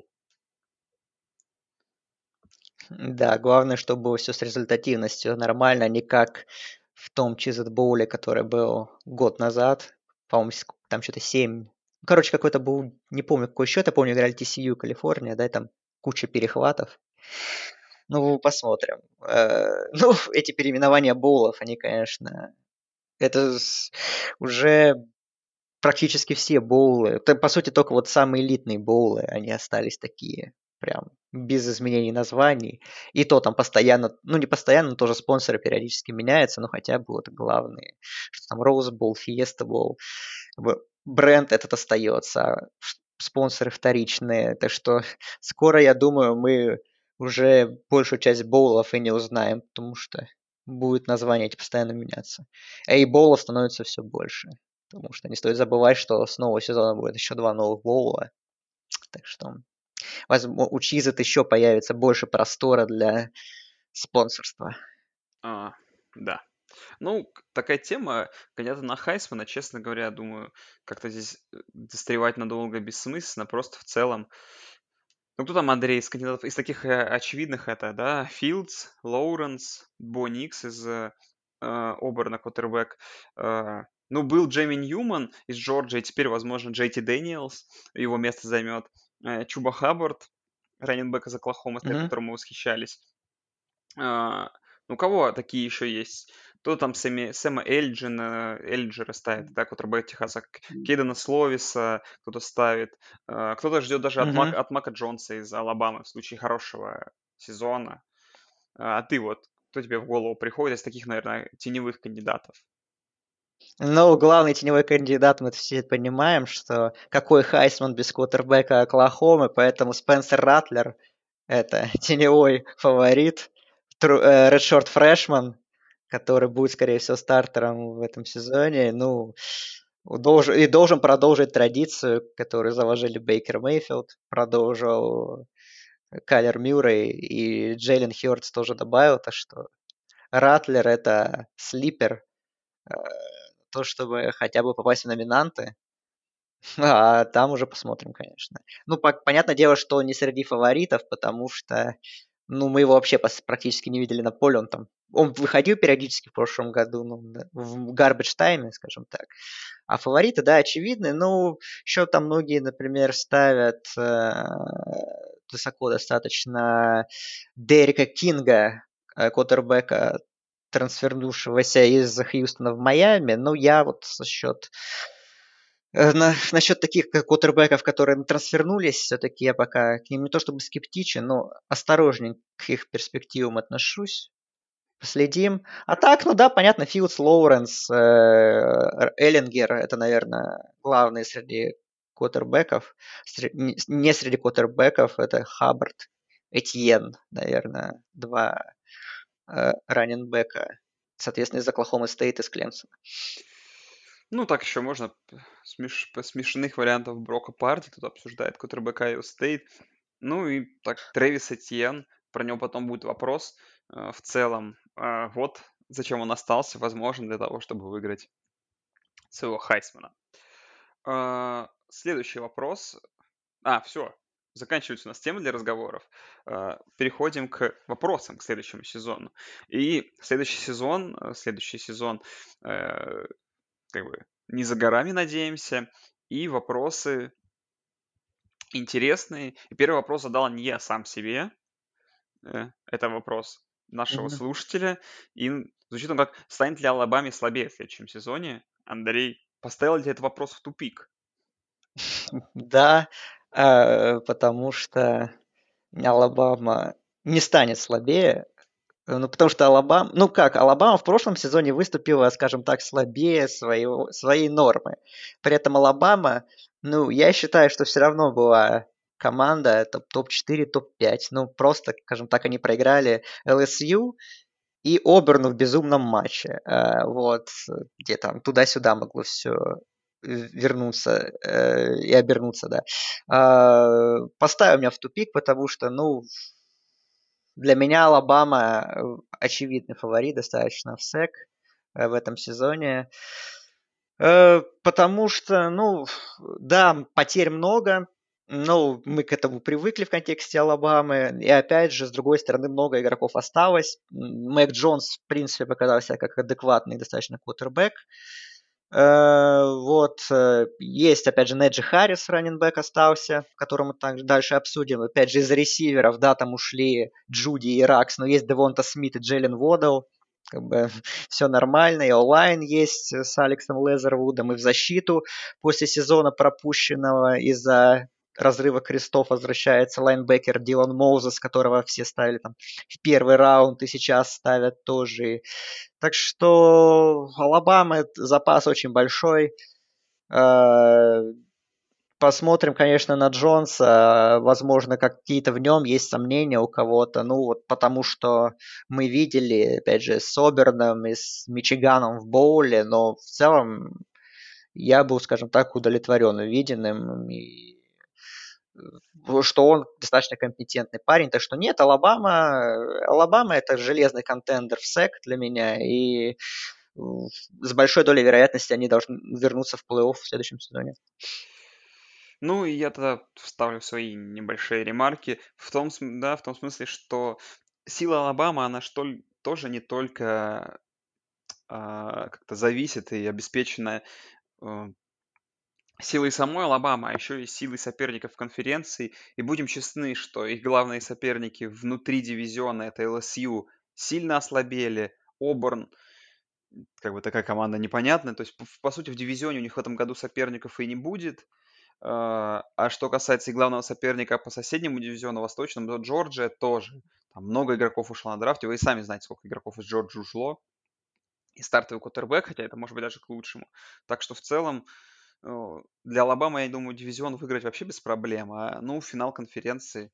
Да, главное, чтобы было все с результативностью нормально, а не как в том Чизет-боуле, который был год назад. По-моему, с- там что-то семь. Короче, какой-то был, не помню, какой счет. Я помню, играли Ти Си Ю, Калифорния, да, и там куча перехватов. Ну, посмотрим. Э, Ну, эти переименования боулов, они, конечно, это с- уже практически все боулы. Это, по сути, только вот самые элитные боулы, они остались такие, прям без изменений названий. И то там постоянно, ну не постоянно, но тоже спонсоры периодически меняются, но хотя бы вот главные, что там Rose Bowl, Fiesta Bowl, как бы бренд этот остается, а ш- спонсоры вторичные. Так что скоро, я думаю, мы уже большую часть боулов и не узнаем, потому что будет название эти постоянно меняться. А и боулов становится все больше. Потому что не стоит забывать, что с нового сезона будет еще два новых боула. Так что возможно, у Чизет еще появится больше простора для спонсорства. А, да. Ну, к- такая тема, кандидата на Хайсмана, честно говоря, думаю, как-то здесь э, застревать надолго бессмысленно, просто в целом. Ну, кто там, Андрей, из кандидатов, из таких э, очевидных это, да, Филдс, Лоуренс, Бо Никс из э, э, Оберна, квотербек. Э, ну, был Джейми Ньюман из Джорджии, теперь, возможно, Джей Ти Дэниелс его место займет. Э, Чуба Хаббард, раннинбэк из Оклахомы, Мгм. которым мы восхищались. А, ну, у кого такие еще есть? Кто там Сэмми, Сэма Эльджина, Эльджера ставит, да, квотербек Техаса, К- Кейдена Словиса кто-то ставит. А, кто-то ждет даже от, Мак, Мгм. от Мака Джонса из Алабамы в случае хорошего сезона. А, а ты вот, кто тебе в голову приходит из таких, наверное, теневых кандидатов? Ну, главный теневой кандидат, мы все понимаем, что какой Хайсман без квотербека Оклахомы, поэтому Спенсер Ратлер– это теневой фаворит, Тру- э, Редшорт Фрешман, который будет, скорее всего, стартером в этом сезоне. Ну, должен, и должен продолжить традицию, которую заложили Бейкер Мейфилд, продолжил Кайлер Мюррей и Джейлен Хёртс тоже добавил, так что Ратлер– это слипер, э, то, чтобы хотя бы попасть в номинанты, а там уже посмотрим, конечно. Ну, по- понятное дело, что не среди фаворитов, потому что, ну, мы его вообще пос- практически не видели на поле. Он там, он выходил периодически в прошлом году, ну, да, в гарбидж тайме, скажем так. А фавориты, да, очевидны. Ну, еще там многие, например, ставят э, высоко достаточно Дерека Кинга, э, квотербека, трансфернувшегося из Хьюстона в Майами. Ну, я вот за счет Э, на насчет таких как квотербеков, которые трансфернулись, все-таки я пока к ним не то чтобы скептичен, но осторожнее к их перспективам отношусь. Последим. А так, ну да, понятно, Филдс, Лоуренс, э, Эллингер– это, наверное, главные среди квотербеков. Сре- Не не среди квотербеков это Хаббард, Этьен, наверное, два э, раненбека, соответственно, из Оклахомы Стейт, из Клемсона. Ну, так еще можно п- смеш- по- смешанных вариантов Брока Парти тут обсуждает, квотербек Айо Стейт. Ну и так, Трэвис Этьен, про него потом будет вопрос. Э, В целом, э, вот зачем он остался, возможно, для того, чтобы выиграть своего Хайсмана. А, Следующий вопрос. А, все, заканчивается у нас тема для разговоров. А, Переходим к вопросам к следующему сезону. И следующий сезон, э, следующий сезон, э, как бы не за горами, надеемся. И вопросы интересные. И первый вопрос задал не я сам себе, Э, это вопрос нашего Мгм. слушателя. И звучит он как: станет ли Алабаме слабее в следующем сезоне? Андрей, поставил ли этот вопрос в тупик? Да, э, потому что Алабама не станет слабее. Э, Ну, потому что Алабама... Ну как, Алабама в прошлом сезоне выступила, скажем так, слабее своего, своей нормы. При этом Алабама, ну, я считаю, что все равно была команда топ- топ-четыре, топ-пять. Ну, просто, скажем так, они проиграли Эл Эс Ю и Оберну в безумном матче. Э, Вот, где там туда-сюда могло все вернуться э, и обернуться, да. А, Поставил меня в тупик, потому что, ну, для меня Алабама э, очевидный фаворит достаточно в сек э, в этом сезоне. Э, Потому что, ну, да, потерь много, Ну, мы к этому привыкли в контексте Алабамы. И опять же, с другой стороны, много игроков осталось. М, Мэг Джонс, в принципе, показался как адекватный достаточно квотербек. Э, Вот. э, Есть, опять же, Неджи Харрис, раннинбэк остался, который мы также дальше обсудим. Опять же, из ресиверов, да, там ушли Джуди и Ракс, но есть Девонта Смит и Джейлен Уодл. Как бы все нормально. И онлайн есть с Алексом Лезервудом. И в защиту после сезона пропущенного из-за разрыва крестов возвращается лайнбекер Дилан Моузес, которого все ставили там в первый раунд и сейчас ставят тоже. Так что Алабама запас очень большой. Э, Посмотрим, конечно, на Джонса. Возможно, какие-то в нем есть сомнения у кого-то. Ну, вот потому что мы видели, опять же, с Оберном и с Мичиганом в боуле, но в целом я был, скажем так, удовлетворен увиденным. И что он достаточно компетентный парень. Так что нет, Алабама, Алабама это железный контендер в сек для меня. И с большой долей вероятности они должны вернуться в плей-офф в следующем сезоне. Ну, и я тогда вставлю свои небольшие ремарки в том, см- да, в том смысле, что сила Алабамы, она что ли- тоже не только а, как-то зависит и обеспечена э, силой самой Алабамы, а еще и силой соперников в конференции. И будем честны, что их главные соперники внутри дивизиона, это эл эс ю, сильно ослабели. Оберн, как бы такая команда непонятная. То есть, по, по сути, в дивизионе у них в этом году соперников и не будет. А а что касается и главного соперника по соседнему дивизиону восточному, то Джорджия тоже. Там много игроков ушло на драфте. Вы и сами знаете, сколько игроков из Джорджии ушло. И стартовый квотербек, хотя это может быть даже к лучшему. Так что в целом э, для Алабамы, я думаю, дивизион выиграть вообще без проблем. А, ну, финал конференции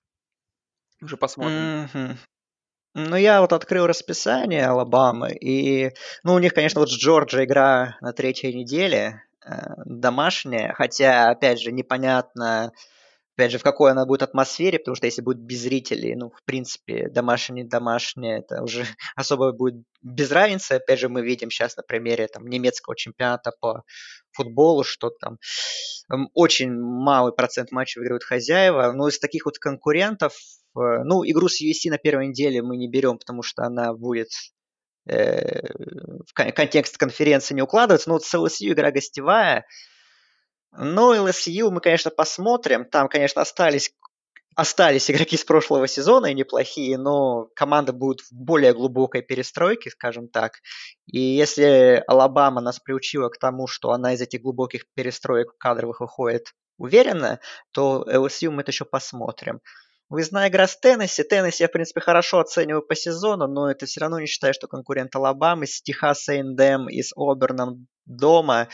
уже посмотрим. Мгм. Ну, я вот открыл расписание Алабамы, и, ну, у них, конечно, вот с Джорджией игра на третьей неделе, э, домашняя, хотя, опять же, непонятно, опять же, в какой она будет атмосфере, потому что если будет без зрителей, ну, в принципе, домашний, домашний, это уже особо будет без разницы. Опять же, мы видим сейчас на примере там немецкого чемпионата по футболу, что там м, очень малый процент матчей выигрывают хозяева. Но из таких вот конкурентов, э, ну, игру с ю эс си на первой неделе мы не берем, потому что она будет э, в кон- контекст конференции не укладывается. Но вот с эл эс ю игра гостевая. Ну, эл эс ю мы, конечно, посмотрим. Там, конечно, остались остались игроки с прошлого сезона и неплохие, но команда будет в более глубокой перестройке, скажем так. И если Алабама нас приучила к тому, что она из этих глубоких перестроек кадровых выходит уверенно, то эл эс ю мы это еще посмотрим. Выездная игра с Теннесси. Теннесси я, в принципе, хорошо оцениваю по сезону, но это все равно не считаю, что конкурент Алабамы с Техас эй энд эм и с Оберном дома.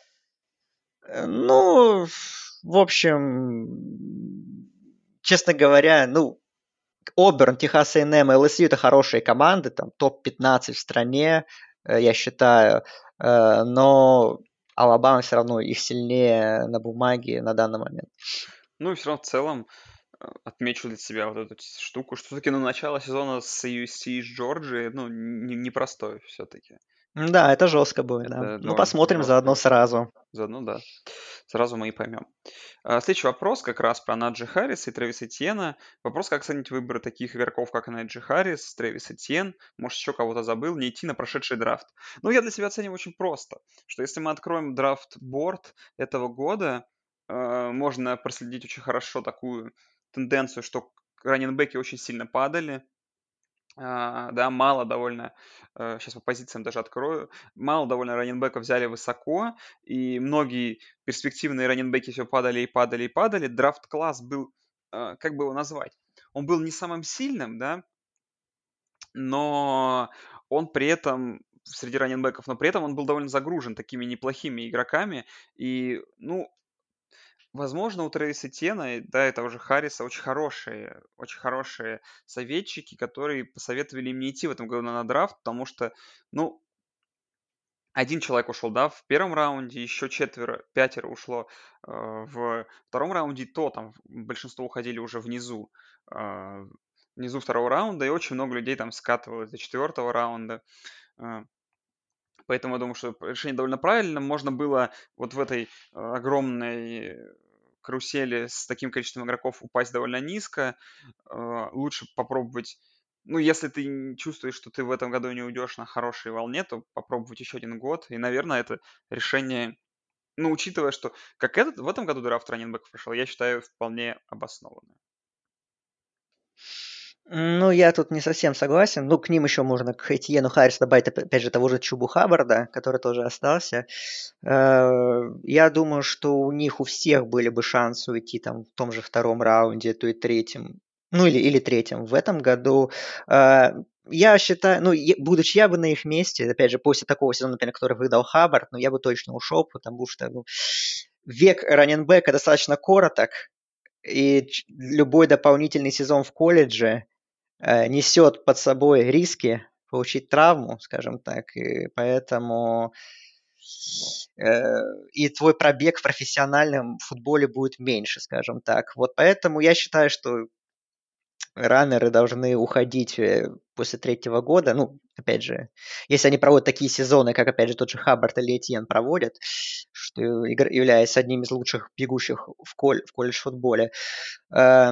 Э, Ну, в общем, честно говоря, ну, Оберн, Техас эй энд эм, эл эс ю это хорошие команды, там топ пятнадцать в стране, э, я считаю, Э, но Алабама все равно их сильнее на бумаге на данный момент. Ну и все равно в целом э, отмечу для себя вот эту штуку, что все-таки ну, начало сезона с ю эс си и с Джорджией, ну, не- непростое все-таки. Да, это жестко будет, да. Это Ну, довольно посмотрим заодно жестко. сразу. Заодно, да. Сразу мы и поймем. А, Следующий вопрос как раз про Наджи Харриса и Трэвиса Этьена. Вопрос, как оценить выборы таких игроков, как Наджи Харрис, Трэвис Этьен, может, еще кого-то забыл, не идти на прошедший драфт. Ну, я для себя оцениваю очень просто, что если мы откроем драфт-борд этого года, э, можно проследить очень хорошо такую тенденцию, что раннинбеки очень сильно падали, а, да, мало довольно, сейчас по позициям даже открою, мало довольно раненбеков взяли высоко, и многие перспективные раненбеки все падали и падали и падали. Драфт-класс был, э, как бы его назвать? Он был не самым сильным, да, но он при этом среди раненбеков, но при этом он был довольно загружен такими неплохими игроками. И, ну, возможно, у Трэвиса Тена, да, это уже Харриса, очень хорошие, очень хорошие советчики, которые посоветовали им не идти в этом году на драфт, потому что, ну, один человек ушел, да, в первом раунде, еще четверо, пятеро ушло э, в втором раунде, и то там большинство уходили уже внизу, э, внизу второго раунда, и очень много людей там скатывалось до четвертого раунда. Э, Поэтому я думаю, что решение довольно правильно. Можно было вот в этой э, огромной карусели с таким количеством игроков упасть довольно низко. Э, Лучше попробовать, ну, если ты н- чувствуешь, что ты в этом году не уйдешь на хорошей волне, то попробовать еще один год. И, наверное, это решение, ну, учитывая, что как этот, в этом году драфт раннинбеков прошел, я считаю, вполне обоснованно. Ну, я тут не совсем согласен. Ну, к ним еще можно, к Этьену Харрису добавить, оп- опять же, того же Чубу Хаббарда, который тоже остался. Э, Я думаю, что у них у всех были бы шансы уйти там в том же втором раунде, то и третьем. Ну, или, или третьем. В этом году э, я считаю, ну, е- будучи я бы на их месте, опять же, после такого сезона, например, который выдал Хаббард, ну, я бы точно ушел, потому что, ну, век раненбека достаточно короток, и ч- любой дополнительный сезон в колледже э, несет под собой риски получить травму, скажем так, и поэтому э, и твой пробег в профессиональном футболе будет меньше, скажем так. Вот поэтому я считаю, что раннеры должны уходить э, после третьего года. Ну, опять же, если они проводят такие сезоны, как, опять же, тот же Хаббард или Этьен проводят, что игр- являясь одним из лучших бегущих в, коль- в колледж-футболе. Э,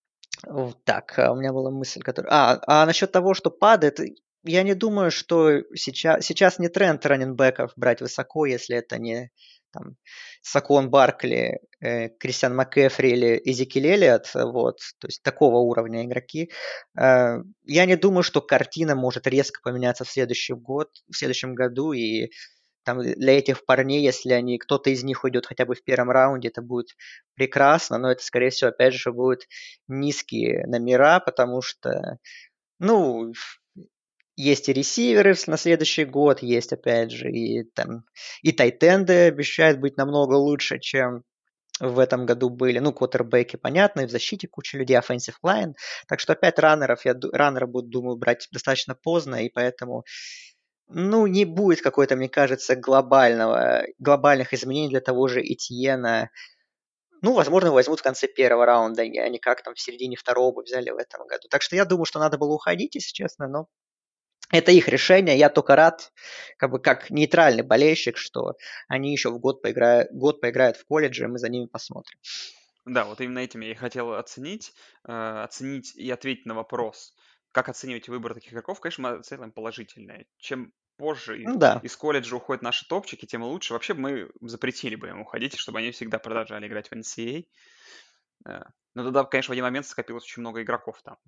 вот так, а у меня была мысль, которая... А, а насчет того, что падает, я не думаю, что сейчас, сейчас не тренд раненбеков брать высоко, если это не там, Сакон Баркли, э, Кристиан МакКэфри или Эзекиль Эллиот, вот, то есть такого уровня игроки. Э, я не думаю, что картина может резко поменяться в следующий год, в следующем году, и там для этих парней, если они, кто-то из них уйдет хотя бы в первом раунде, это будет прекрасно, но это, скорее всего, опять же, будут низкие номера, потому что, ну, есть и ресиверы на следующий год, есть, опять же, и там, и тайтенды обещают быть намного лучше, чем в этом году были. Ну, квотербеки, понятно, и в защите куча людей, offensive line. Так что опять раннеров, я, ду- раннеры будут, думаю, брать достаточно поздно, и поэтому ну, не будет какой-то, мне кажется, глобального, глобальных изменений для того же Этьена. Ну, возможно, возьмут в конце первого раунда, а не как там в середине второго бы взяли в этом году. Так что я думаю, что надо было уходить, если честно, но это их решение. Я только рад, как бы как нейтральный болельщик, что они еще в год поиграют, год поиграют в колледже, и мы за ними посмотрим. Да, вот именно этим я и хотел оценить, э, оценить и ответить на вопрос, как оценивать выбор таких игроков. Конечно, мы оцениваем положительное. Чем позже и- Ну да. из колледжа уходят наши топчики, тем лучше. Вообще бы мы запретили бы им уходить, чтобы они всегда продолжали играть в эн си эй эй. Э, Но тогда, конечно, в один момент скопилось очень много игроков там,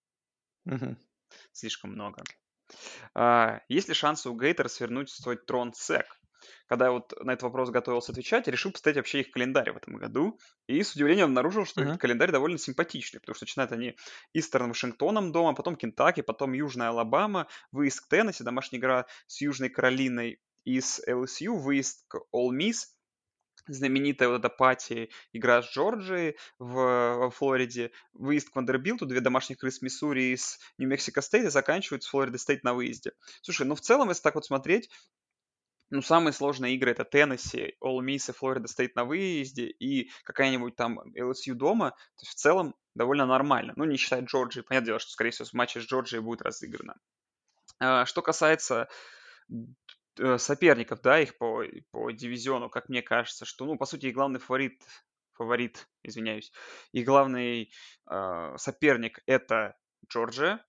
Мгм. слишком много. А, Есть ли шансы у Гейтера свернуть свой трон сек? Когда я вот на этот вопрос готовился отвечать, решил посмотреть вообще их календарь в этом году. И с удивлением обнаружил, что их Мгм. календарь довольно симпатичный, потому что начинают они Истерн Вашингтоном дома, потом Кентаки, потом Южная Алабама, выезд к Теннесси, домашняя игра с Южной Каролиной и с эл эс ю, выезд к Ole Miss, знаменитая вот эта пати, игра с Джорджией в, во Флориде, выезд к Вандербилту, две домашних игры с Миссури и с Нью-Мексико Стейт, и заканчивают с Флорида Стейт на выезде. Слушай, ну в целом, если так вот смотреть, ну, самые сложные игры — это Теннесси, Ole Miss и Флорида Стейт на выезде и какая-нибудь там эл эс ю дома. То есть в целом довольно нормально. Ну, не считая Джорджии. Понятное дело, что, скорее всего, матчи с Джорджией будет разыграно. А, Что касается э, соперников, да, их по, по дивизиону, как мне кажется, что, ну, по сути, их главный фаворит, фаворит, извиняюсь, их главный э, соперник — это Джорджия.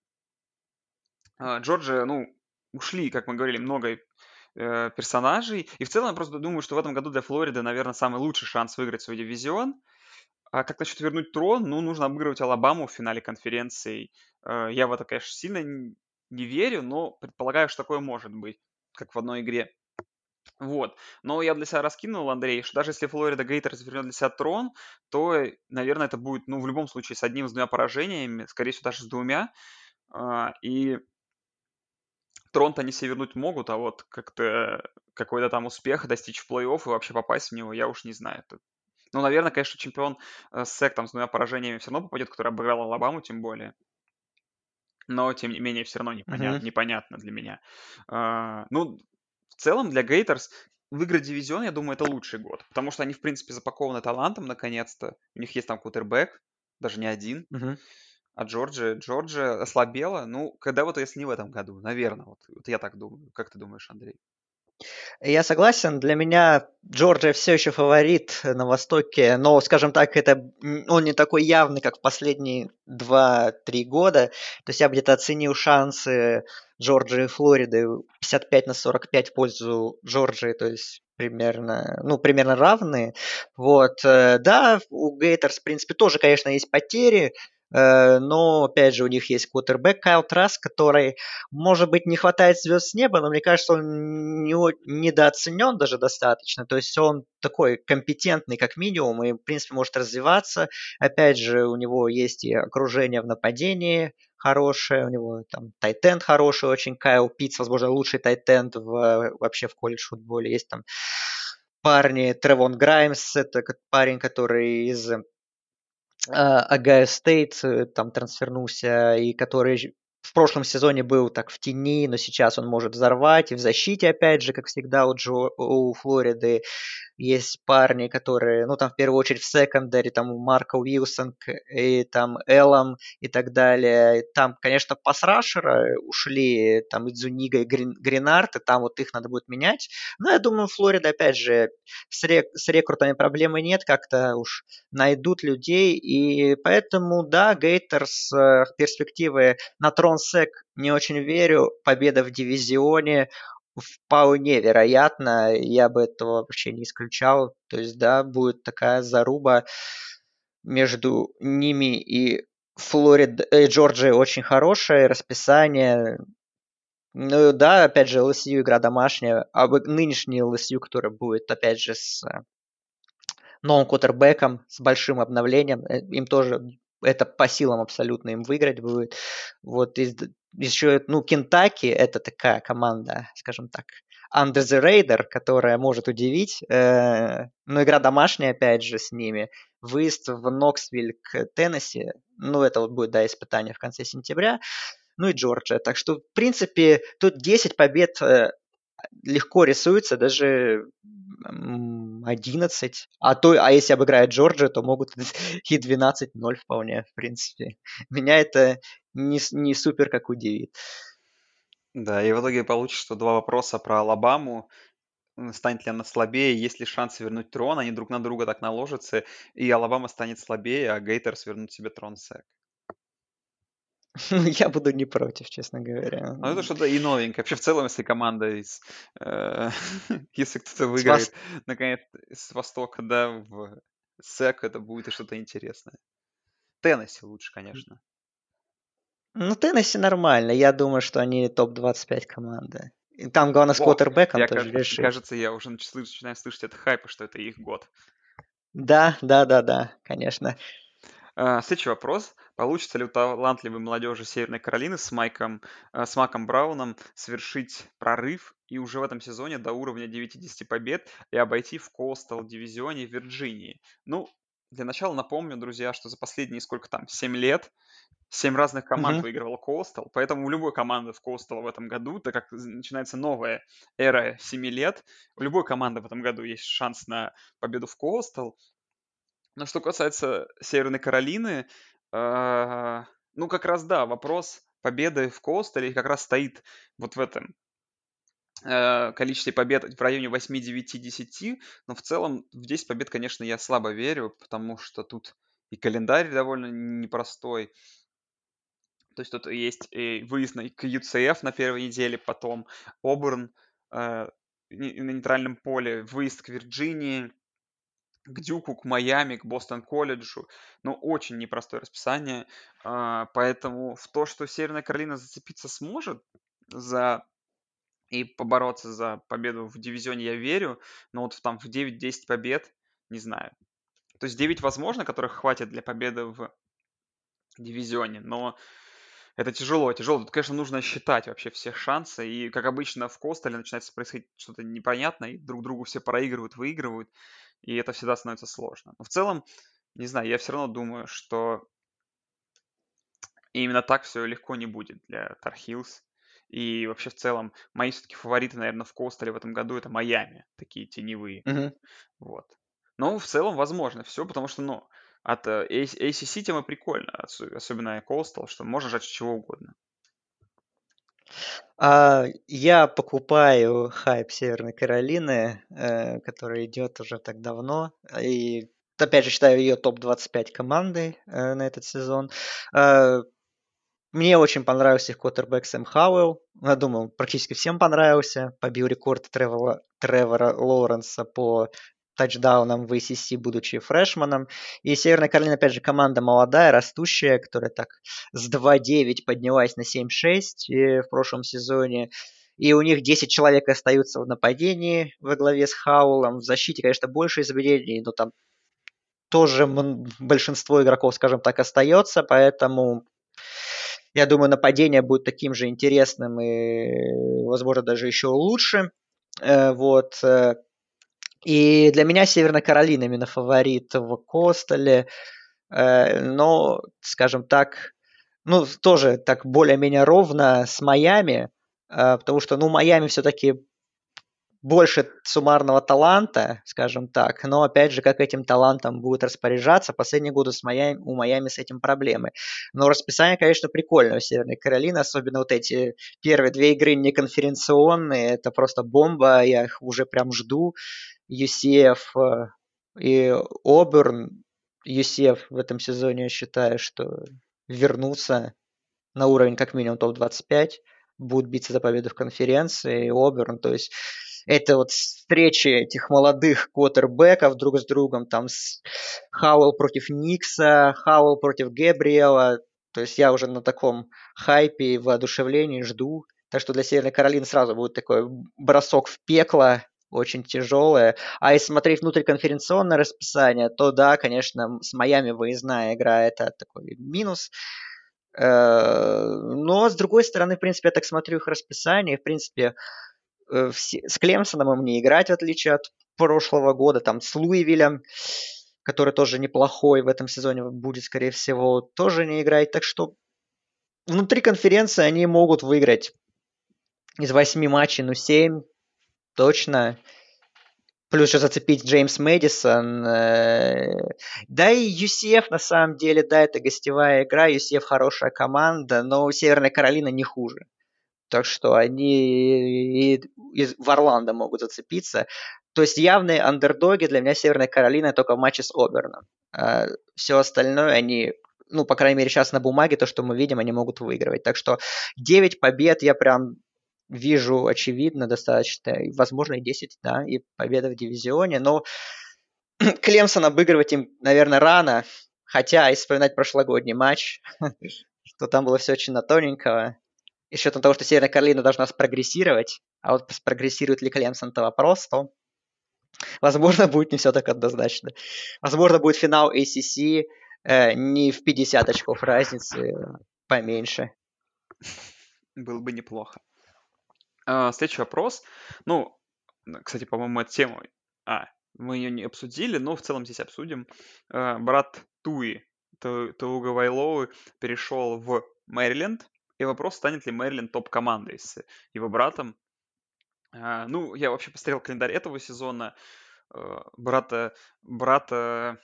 А, Джорджия, ну, ушли, как мы говорили, много э, персонажей. И в целом я просто думаю, что в этом году для Флориды, наверное, самый лучший шанс выиграть свой дивизион. А как насчет вернуть трон? Ну, нужно обыгрывать Алабаму в финале конференции. Э, Я в это, конечно, сильно н- не верю, но предполагаю, что такое может быть, как в одной игре. Вот. Но я для себя раскинул, Андрей, что даже если Флорида Гейтерс вернет для себя трон, то, э, наверное, это будет, ну, в любом случае, с одним, с двумя поражениями, скорее всего, даже с двумя. А, И трон-то они себе вернуть могут, а вот как-то какой-то там успех достичь в плей-офф и вообще попасть в него, я уж не знаю. Тут- Ну, наверное, конечно, чемпион э, СЭК там с двумя поражениями все равно попадет, который обыграл Алабаму, тем более. Но, тем не менее, все равно Мгм. непонятно, непонятно для меня. А, ну, в целом, для Гейтерс выиграть дивизион, я думаю, это лучший год. Потому что они, в принципе, запакованы талантом, наконец-то. У них есть там кутербэк, даже не один. Мгм. А Джорджия, Джорджия ослабела. Ну, когда вот, если не в этом году, наверное. Вот, вот я так думаю. Как ты думаешь, Андрей? Я согласен, для меня Джорджия все еще фаворит на Востоке, но, скажем так, это м, он не такой явный, как в последние два-три года. То есть я бы где-то оценил шансы Джорджии и Флориды пятьдесят пять на сорок пять в пользу Джорджии, то есть примерно, ну, примерно равные. Вот, э, да, у Гейтерс, в принципе, тоже, конечно, есть потери, э, но, опять же, у них есть квотербек Кайл Траск, который, может быть, не хватает звезд с неба, но мне кажется, он не, о- недооценен даже достаточно. То есть он такой компетентный, как минимум, и, в принципе, может развиваться. Опять же, у него есть и окружение в нападении хорошее, у него там тайтенд хороший очень, Кайл Питтс, возможно, лучший тайтенд в, вообще в колледж футболе. Есть там парни, Тревон Граймс, это как парень, который из Агайо Стейт там трансфернулся, и который ж- в прошлом сезоне был так в тени, но сейчас он может взорвать. И в защите, опять же, как всегда, у, Джо, у Флориды есть парни, которые, ну, там, в первую очередь, в секондаре, там, у Марка Уилсон к- и там Эллом и так далее. И там, конечно, пасрашеры ушли, там, и Дзунига, и Грин, Гринард, и там вот их надо будет менять. Но я думаю, Флорида, опять же, с, рек, с рекрутами проблемы нет, как-то уж найдут людей, и поэтому, да, Гейтерс э, перспективы на Тронсек не очень верю. Победа в дивизионе вполне вероятно, я бы этого вообще не исключал. То есть, да, будет такая заруба между ними и Флорид, э, Джорджией очень хорошее расписание. Ну да, опять же, эл эс ю игра домашняя, а вот нынешний эл эс ю, который будет, опять же, с э, новым квотербеком, с большим обновлением, э, им тоже это по силам абсолютно им выиграть будет. Вот из, еще, ну, Кентаки это такая команда, скажем так, under the radar, которая может удивить. Э, но игра домашняя, опять же, с ними. Выезд в Ноксвилл к Теннесси, ну, это вот будет, да, испытание в конце сентября. Ну и Джорджия. Так что, в принципе, тут десять побед э, легко рисуется, даже одиннадцать. А, то, а если обыграет Джорджия, то могут и двенадцать ноль вполне, в принципе. Меня это не, с- не супер как удивит. Да, и в итоге получится, что два вопроса про Алабаму. М, Станет ли она слабее, есть ли шанс вернуть трон, они друг на друга так наложатся, и Алабама станет слабее, а Гейтерс вернут себе трон сэк. Я буду не против, честно говоря. Ну, это что-то и новенькое. Вообще, в целом, если команда из... э, если кто-то С вас... выиграет, наконец, с Востока, да, в сэк, это будет и что-то интересное. Теннесси лучше, конечно. Ну, Теннесси нормально. Я думаю, что они топ двадцать пять команды. И там, главное, с Во, квотербеком я, тоже кажется, решить. кажется, я уже нач- слыш- начинаю слышать от хайпа, что это их год. Да, да, да, да, конечно. А, Следующий вопрос. Получится ли у талантливой молодежи Северной Каролины с Майком, а, с Маком Брауном совершить прорыв и уже в этом сезоне до уровня девяти-десяти побед и обойти в Coastal дивизионе Вирджинии? Ну, для начала напомню, друзья, что за последние сколько там, семь лет, семь разных команд Мгм. выигрывал Coastal, поэтому у любой команды в Coastal в этом году, так как з- начинается новая эра семи лет, у любой команды в этом году есть шанс на победу в Coastal. Но что касается Северной Каролины, а, ну, как раз да, вопрос победы в Костеле как раз стоит вот в этом э, количестве побед в районе восемь, девять, десять, но в целом в десять побед, конечно, я слабо верю, потому что тут и календарь довольно непростой. То есть тут есть и выезд на- к ю си эф на первой неделе, потом Оберн э, не- на нейтральном поле, выезд к Вирджинии, к Дюку, к Майами, к Бостон колледжу. Ну, очень непростое расписание. А, Поэтому в то, что Северная Каролина зацепиться сможет за и побороться за победу в дивизионе, я верю. Но вот в- там в девять-десять побед, не знаю. То есть девять возможно, которых хватит для победы в дивизионе, но это тяжело, тяжело. Тут, конечно, нужно считать вообще все шансы. И, как обычно, в Костеле начинается происходить что-то непонятное, и друг другу все проигрывают, выигрывают, и это всегда становится сложно. Но в целом, не знаю, я все равно думаю, что именно так все легко не будет для Тархилс. И вообще, в целом, мои все-таки фавориты, наверное, в Костеле в этом году это Майами, такие теневые. Мгм. Вот. Но в целом возможно все, потому что, ну, от э, эй си си тема прикольно, осо- особенно Coastal, что можно ждать чего угодно. А, я покупаю хайп Северной Каролины, э, который идет уже так давно. И опять же считаю ее топ двадцать пять командой э, на этот сезон. Э, Мне очень понравился их квотербек Сэм Хауэлл. Я думаю, практически всем понравился. Побил рекорд Тревора, Тревора Лоуренса по тачдаунам в эй си си, будучи фрешманом. И Северная Каролина, опять же, команда молодая, растущая, которая так с два девять поднялась на семь шесть э, в прошлом сезоне. И у них десять человек остаются в нападении во главе с Хаулом. В защите, конечно, больше изменений, но там тоже большинство игроков, скажем так, остается, поэтому я думаю, нападение будет таким же интересным и, возможно, даже еще лучше. Э, Вот. э, И для меня Северная Каролина именно фаворит в Костеле. Э, Но, скажем так, ну, тоже так более-менее ровно с Майами, э, потому что, ну, Майами все-таки больше суммарного таланта, скажем так, но опять же, как этим талантом будут распоряжаться, последние годы с Майами, у Майами с этим проблемы. Но расписание, конечно, прикольное у Северной Каролины, особенно вот эти первые две игры неконференционные, это просто бомба, я их уже прям жду. ю си эф э, и Оберн, ю си эф в этом сезоне, я считаю, что вернутся на уровень как минимум топ двадцать пять, будут биться за победу в конференции, и Оберн, то есть это вот встречи этих молодых квотербеков друг с другом, там с Хауэлл против Никса, Хауэлл против Гэбриэла, то есть я уже на таком хайпе и воодушевлении жду, так что для Северной Каролины сразу будет такой бросок в пекло, очень тяжелое. А если смотреть внутриконференционное расписание, то да, конечно, с Майами выездная игра это такой минус. Э, Но, с другой стороны, в принципе, я так смотрю их расписание, в принципе, э, все- с Клемсоном им не играть, в отличие от прошлого года, там с Луивилем, который тоже неплохой в этом сезоне будет, скорее всего, тоже не играть. Так что внутри конференции они могут выиграть из восьми матчей, ну, семь точно. Плюс еще зацепить Джеймс Мэдисон. э, Да и ю си эф, на самом деле, да, это гостевая игра, ю си эф хорошая команда, но Северная Каролина не хуже. Так что они и из в Орландо могут зацепиться. То есть явные андердоги для меня Северная Каролина только в матче с Оберном. А все остальное они, ну, по крайней мере, сейчас на бумаге, то, что мы видим, они могут выигрывать. Так что девять побед я прям вижу очевидно достаточно. И, возможно, и десять, да, и победа в дивизионе. Но Клемсон обыгрывать им, наверное, рано. Хотя, если вспоминать прошлогодний матч, то там было все очень на тоненького. И с учетом того, что Северная Каролина должна спрогрессировать, а вот спрогрессирует ли Клемсон, это вопрос, то, возможно, будет не все так однозначно. Возможно, будет финал эй си си э, не в пятьдесят очков разницы, э, поменьше. Было бы неплохо. А, следующий вопрос. Ну, н- кстати, по-моему, эту тему... А, мы ее не обсудили, но в целом здесь обсудим. А, брат Туи, Ту- Туга Вайлоу, перешел в Мэриленд. И вопрос, станет ли Мэриленд топ-командой с его братом. А, ну, я вообще посмотрел календарь этого сезона. Э, Брата, брата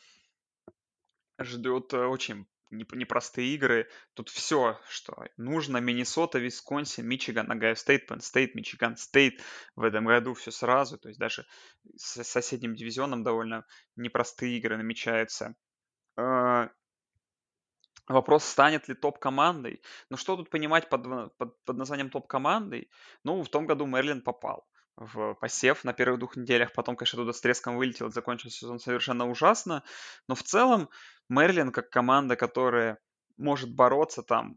ждет э, очень неп- непростые игры. Тут все, что нужно. Миннесота, Висконсин, Мичиган, Огайо Стейт, Penn Стейт, Мичиган Стейт. В этом году все сразу. То есть даже с соседним дивизионом довольно непростые игры намечаются. Э, Вопрос, станет ли топ-командой. Ну, что тут понимать под, э, под, под названием топ-командой? Ну, в том году Мэриленд попал в посев на первых двух неделях. Потом, конечно, туда с треском вылетел и закончил сезон совершенно ужасно. Но в целом Мэриленд как команда, которая может бороться там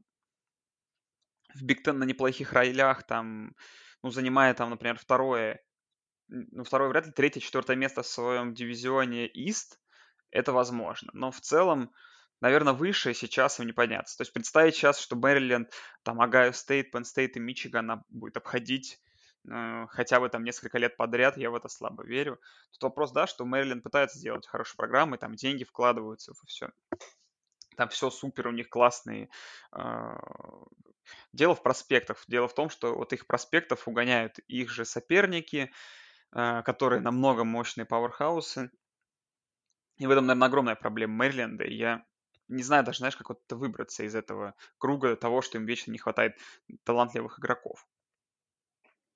в Биг Тен на неплохих ролях, там, ну, занимая там, например, второе, н- ну, второе вряд ли, третье, четвертое место в своем дивизионе Ист, это возможно. Но в целом, наверное, выше сейчас им не подняться. То есть представить сейчас, что Мэриленд, там, Огайо Стейт, Penn Стейт и Мичиган а, будет обходить э, хотя бы там несколько лет подряд, я в это слабо верю. Тут вопрос, да, что Мэриленд пытается сделать хорошие программы, там деньги вкладываются во все. Там все супер, у них классные. а, Дело в проспектах. Дело в том, что вот их проспектов угоняют их же соперники, а, которые намного мощные пауэрхаусы. И в этом, наверное, огромная проблема Мэриленда. И я не знаю даже, знаешь, как вот выбраться из этого круга того, что им вечно не хватает талантливых игроков.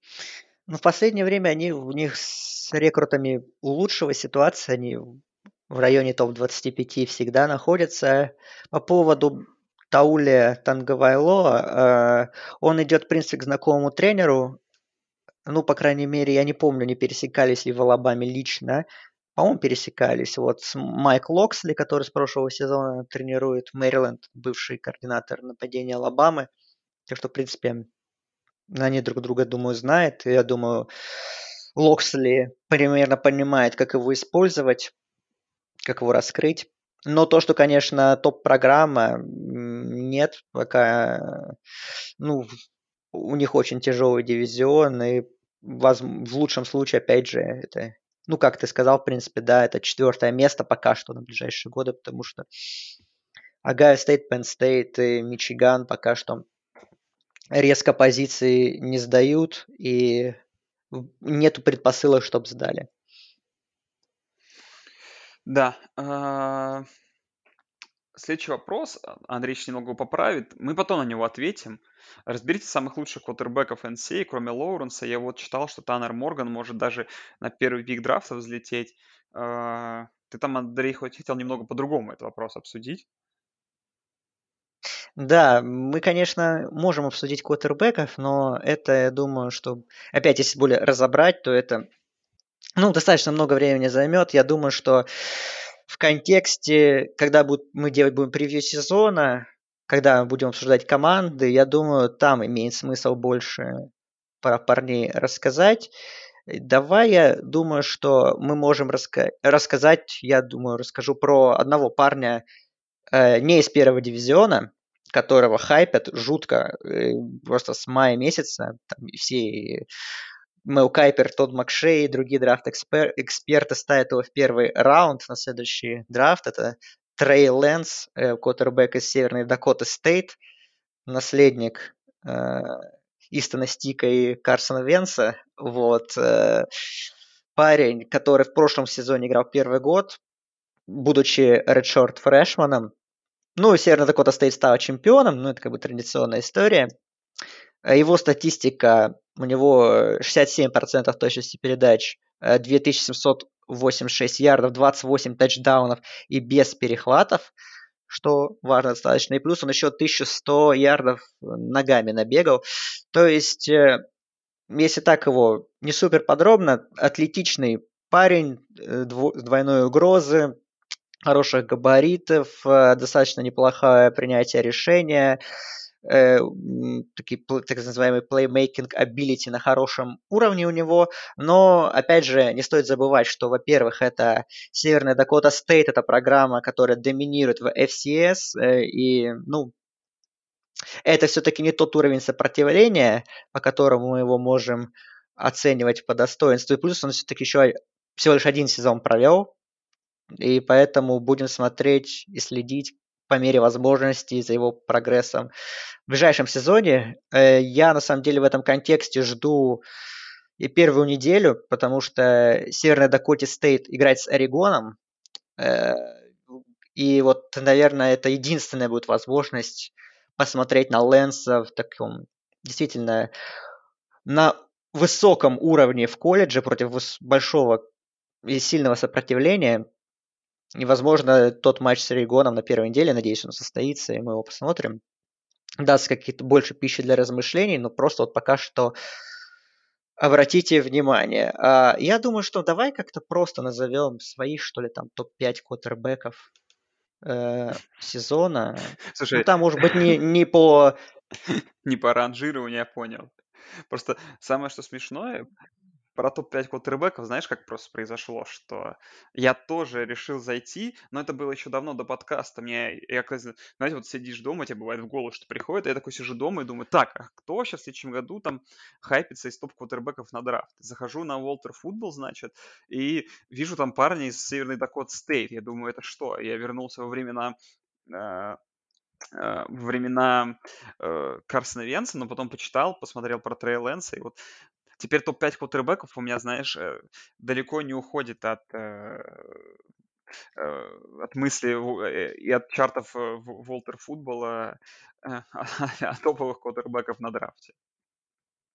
Ну, в последнее время они, у них с рекрутами улучшилась ситуация, они в районе топ двадцати пяти всегда находятся. По поводу Тауле Тангавайло, э, он идет, в принципе, к знакомому тренеру. Ну, по крайней мере, я не помню, не пересекались ли в Алабаме лично. По-моему, пересекались. Вот с Майк Локсли, который с прошлого сезона тренирует Мэриленд, бывший координатор нападения Алабамы. Так что, в принципе, они друг друга, думаю, знают. И я думаю, Локсли примерно понимает, как его использовать, как его раскрыть. Но то, что, конечно, топ-программа, нет, пока, ну, у них очень тяжелый дивизион, и воз- в лучшем случае, опять же, это, ну, как ты сказал, в принципе, да, это четвертое место пока что на ближайшие годы, потому что Огайо Стейт, Пенн Стейт и Мичиган пока что резко позиции не сдают, и нету предпосылок, чтобы сдали. Да. а, Следующий вопрос. а, Андрей сейчас немного его поправит. Мы потом на него ответим. Разберите самых лучших квотербеков эн си эй, кроме Лоуренса. Я вот читал, что Таннер Морган может даже на первый пик драфта взлететь. А, Ты там, Андрей, хоть хотел немного по-другому этот вопрос обсудить? Да, мы, конечно, можем обсудить квотербеков, но это, я думаю, что, опять, если более разобрать, то это, ну, достаточно много времени займет. Я думаю, что в контексте, когда будет, мы делать будем превью сезона, когда будем обсуждать команды, я думаю, там имеет смысл больше про парней рассказать. Давай, я думаю, что мы можем раска- рассказать, я думаю, расскажу про одного парня, э, не из первого дивизиона, которого хайпят жутко, э, просто с мая месяца. Там все Мэл Кайпер, Тодд Макшей и другие драфт-эксперты ставят его в первый раунд на следующий драфт. Это Трей Лэнс, э, квотербек из Северной Дакоты Стейт, наследник э, Истона Стика и Карсона Венса. Вот. э, парень, который в прошлом сезоне играл первый год, будучи редшорт фрешманом. Ну, Северная Дакота Стейт стала чемпионом, ну, это как бы традиционная история. А Его статистика, у него шестьдесят семь процентов точности передач, э, две тысячи семьсот восемьдесят шесть ярдов, двадцать восемь тачдаунов и без перехватов, что важно достаточно. И плюс он еще тысячу сто ярдов ногами набегал. То есть, э, если так его не супер подробно, атлетичный парень, э, дво- двойной угрозы, хороших габаритов, э, достаточно неплохое принятие решения, э, такие так называемый playmaking ability на хорошем уровне у него, но, опять же, не стоит забывать, что, во-первых, это Северная Дакота Стейт, это программа, которая доминирует в эф си эс, э, и, ну, это все-таки не тот уровень сопротивления, по которому мы его можем оценивать по достоинству, и плюс он все-таки еще всего лишь один сезон провел, и поэтому будем смотреть и следить по мере возможностей за его прогрессом в ближайшем сезоне. Э, Я на самом деле в этом контексте жду и первую неделю, потому что Северная Дакота Стейт играет с Орегоном. э, И вот, наверное, это единственная будет возможность посмотреть на Лэнса в таком действительно на высоком уровне в колледже против выс- большого и сильного сопротивления. И, возможно, тот матч с Орегоном на первой неделе, надеюсь, он состоится, и мы его посмотрим, даст какие-то больше пищи для размышлений, но просто вот пока что обратите внимание. А, я думаю, что давай как-то просто назовем своих, что ли, там топ пять квотербеков э, сезона. Ну, Слушай, там, может быть, не, не по... не по ранжированию, я понял. Просто самое, что смешное, про топ пять квотербеков, знаешь, как просто произошло, что я тоже решил зайти, но это было еще давно до подкаста. Мне, я, оказывается, знаете, вот сидишь дома, тебе бывает в голову, что приходит, и я такой сижу дома и думаю, так, а кто сейчас в следующем году там хайпится из топ квотербеков на драфт? Захожу на Walter Football, значит, и вижу там парня из Северной Дакот Стейт. Я думаю, это что? Я вернулся во времена э, э, во времена э, Карсона Венса, но потом почитал, посмотрел про Трей Лэнса, и вот теперь топ пять квотербеков у меня, знаешь, э, далеко не уходит от, э, э, от мысли в- э, и от чартов э, в- Волтер Футбола э, о топовых квотербеков на драфте.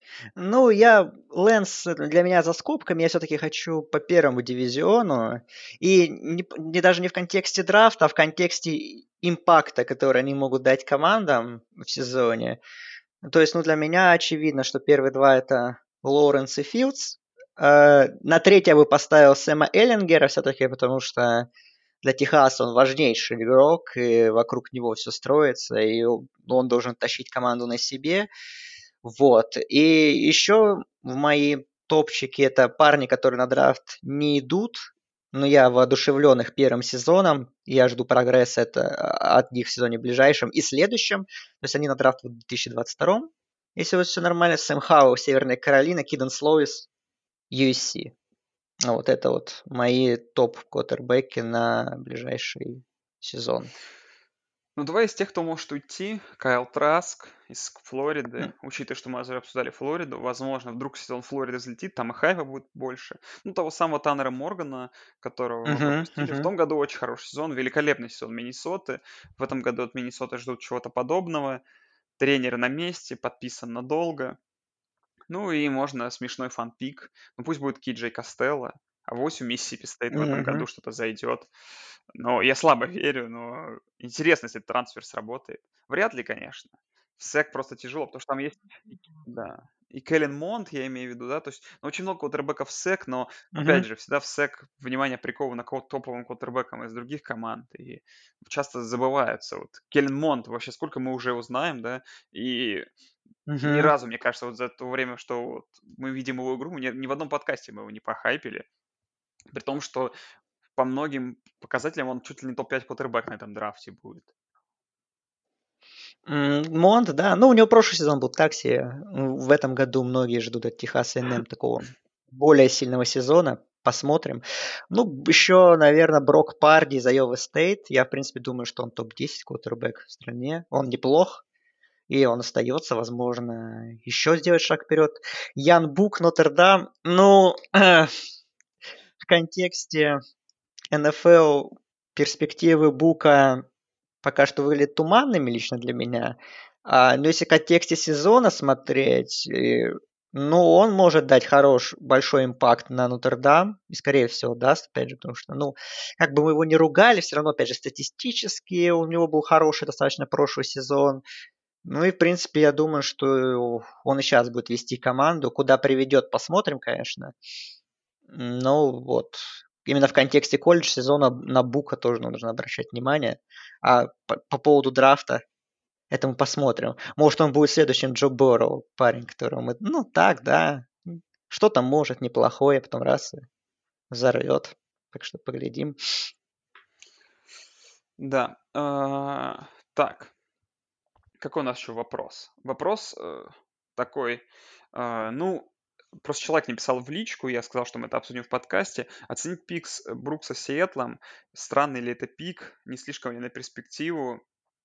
Ну, я Лэнс э, для меня за скобками, я все-таки хочу по первому дивизиону. И не, п- не даже не в контексте драфта, а в контексте импакта, который они могут дать командам в сезоне. То есть, ну, для меня очевидно, что первые два это Лоуренс и Филдс. Э, На третий я бы поставил Сэма Эллингера все-таки, потому что для Техаса он важнейший игрок, и вокруг него все строится, и он он должен тащить команду на себе. Вот. И еще в мои топчики это парни, которые на драфт не идут, но я воодушевлен их первым сезоном. Я жду прогресса это а, от них в сезоне ближайшем и следующем. То есть они на драфт в две тысячи двадцать втором. Если вот все нормально, Сэм Хау, Северная Каролина, Киден Слоуис, ю эс си. Вот это вот мои топ-квотербеки на ближайший сезон. Ну, давай из тех, кто может уйти. Кайл Траск из Флориды. М, Учитывая, что мы уже обсуждали Флориду, возможно, вдруг сезон Флориды взлетит, там и хайпа будет больше. Ну, того самого Таннера Моргана, которого мы мгм, пропустили. В мгм. том году очень хороший сезон, великолепный сезон Миннесоты. В этом году от Миннесоты ждут чего-то подобного. Тренер на месте, подписан надолго. Ну и можно смешной фан-пик. Ну пусть будет Киджей Костелло. А вось у Миссисипи Стейт в этом Мгм. году что-то зайдет. Но я слабо верю, но интересно, если трансфер сработает. Вряд ли, конечно. В сек просто тяжело, потому что там есть, и К- да, и Кэлен Монт, я имею в виду, да, то есть ну, очень много квотербеков в сек, но, опять Мгм. же, всегда в сек внимание приковано к топовым квотербекам из других команд, и часто забываются. Вот Кэлен Монт, вообще сколько мы уже его знаем, да, и ни Мгм. разу, мне кажется, вот за то время, что вот мы видим его игру, ни, ни в одном подкасте мы его не похайпили. При том, что по многим показателям он чуть ли не топ пять квотербек на этом драфте будет. М, Монт, да. Ну, у него прошлый сезон был так себе. М, В этом году многие ждут от Техаса эй энд эм такого более сильного сезона. Посмотрим. Ну, еще, наверное, Брок Парди из Айова Стейт. Я, в принципе, думаю, что он топ десять квотербек в стране. Он неплох. И он остается, возможно, еще сделать шаг вперед. Ян Бук, Нотр-Дам. Ну, в контексте эн эф эл перспективы Бука пока что выглядят туманными лично для меня. А, но если в контексте сезона смотреть, и, ну, он может дать хороший, большой импакт на Нотр-Дам. И, скорее всего, даст, опять же, потому что, ну, как бы мы его не ругали, все равно, опять же, статистически у него был хороший достаточно прошлый сезон. Ну и, в принципе, я думаю, что он и сейчас будет вести команду. Куда приведет, посмотрим, конечно. Ну вот, именно в контексте колледж сезона на Бука тоже нужно обращать внимание. А по, по поводу драфта, это мы посмотрим. Может, он будет следующим Джо Борроу, парень, которого мы... Ну так, да, что-то может неплохое, потом раз и взорвет. Так что поглядим. Да. а, Так, какой у нас еще вопрос? Вопрос э, такой. а, Ну, просто человек не писал в личку, я сказал, что мы это обсудим в подкасте. Оценить пик с э, Брукса с Сиэтлом. Странный ли это пик? Не слишком ли на перспективу?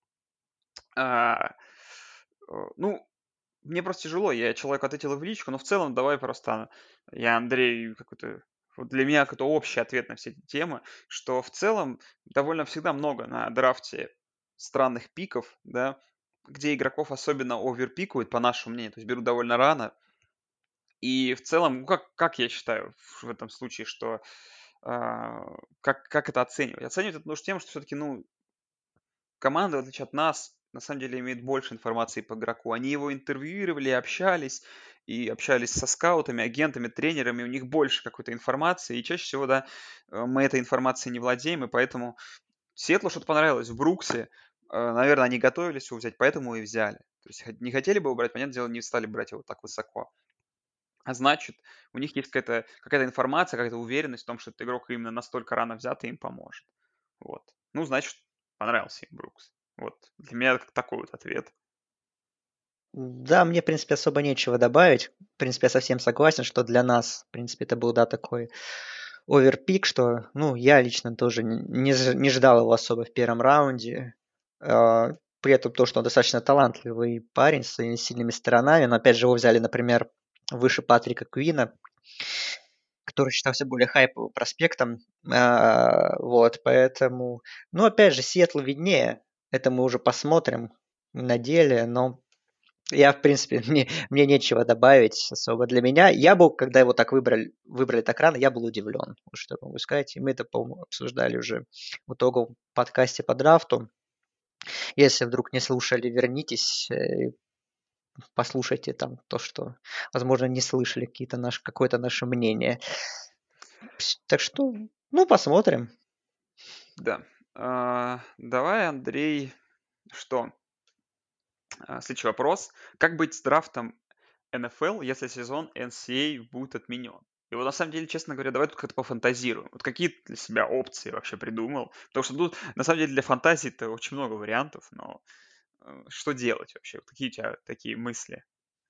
А, э, Ну, мне просто тяжело, я человеку ответил в личку, но в целом давай просто я Андрей какой-то вот для меня какой-то общий ответ на все эти темы, что в целом довольно всегда много на драфте странных пиков, да, где игроков особенно оверпикают, по нашему мнению, то есть берут довольно рано. И в целом, ну, как, как я считаю в в этом случае, что а, как, как это оценивать? Оценивать это нужно тем, что все-таки, ну, команда, в отличие от нас, на самом деле имеет больше информации по игроку. Они его интервьюировали, общались, и общались со скаутами, агентами, тренерами, у них больше какой-то информации, и чаще всего, да, э, мы этой информацией не владеем, и поэтому Сиэтлу что-то понравилось в Бруксе, э, наверное, они готовились его взять, поэтому и взяли. То есть хот- не хотели бы его брать, понятное дело, не стали брать его так высоко. А значит, у них есть какая-то какая информация, какая-то уверенность в том, что этот игрок именно настолько рано взят и им поможет. Вот. Ну, значит, понравился им Брукс. Вот. Для меня это такой вот ответ. Да, мне, в принципе, особо нечего добавить. В принципе, я совсем согласен, что для нас, в принципе, это был, да, такой оверпик, что, ну, я лично тоже не, ж- не ждал его особо в первом раунде. А, При этом то, что он достаточно талантливый парень с своими сильными сторонами, но опять же его взяли, например, выше Патрика Куина, который считался более хайповым проспектом. А, Вот, поэтому... Ну, опять же, Сиэтл виднее. Это мы уже посмотрим на деле, но Я, в принципе, мне, мне нечего добавить особо для меня. Я был, когда его так выбрали, выбрали так рано, я был удивлен, вот что я могу сказать. И мы это, по-моему, обсуждали уже в итоговом подкасте по драфту. Если вдруг не слушали, вернитесь, э, послушайте там то, что, возможно, не слышали, какие-то наши, какое-то наше мнение. Так что, ну, посмотрим. Да. А, давай, Андрей, что? А, Следующий вопрос. Как быть с драфтом эн эф эл, если сезон эн си эй эй будет отменен? И вот на самом деле, честно говоря, давай тут как-то пофантазируем. Вот какие ты для себя опции вообще придумал? Потому что тут, на самом деле, для фантазии-то очень много вариантов, но э, что делать вообще? Вот какие у тебя такие мысли?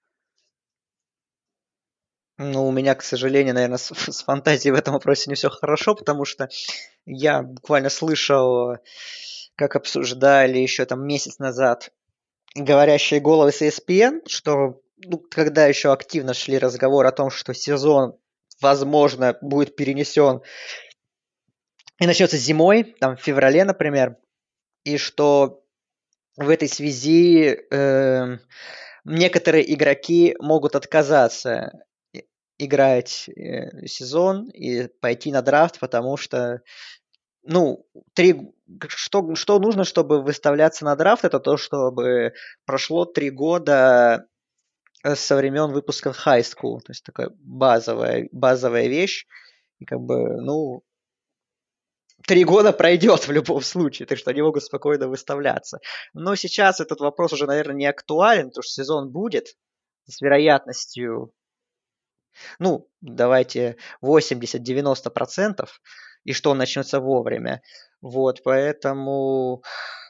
Ну, у меня, к сожалению, наверное, с, с фантазией в этом вопросе не все хорошо, потому что я буквально слышал, как обсуждали еще там месяц назад говорящие головы с и эс пи эн, что ну, когда еще активно шли разговоры о том, что сезон, возможно, будет перенесен и начнется зимой, там в феврале, например, и что в этой связи э, некоторые игроки могут отказаться играть э, сезон и пойти на драфт, потому что ну, три, что, что нужно, чтобы выставляться на драфт, это то, чтобы прошло три года со времен выпуска High School. То есть такая базовая, базовая вещь. И как бы, ну, три года пройдет в любом случае, так что они могут спокойно выставляться. Но сейчас этот вопрос уже, наверное, не актуален, потому что сезон будет с вероятностью, ну, давайте восемьдесят-девяносто процентов, и что он начнется вовремя. Вот, поэтому,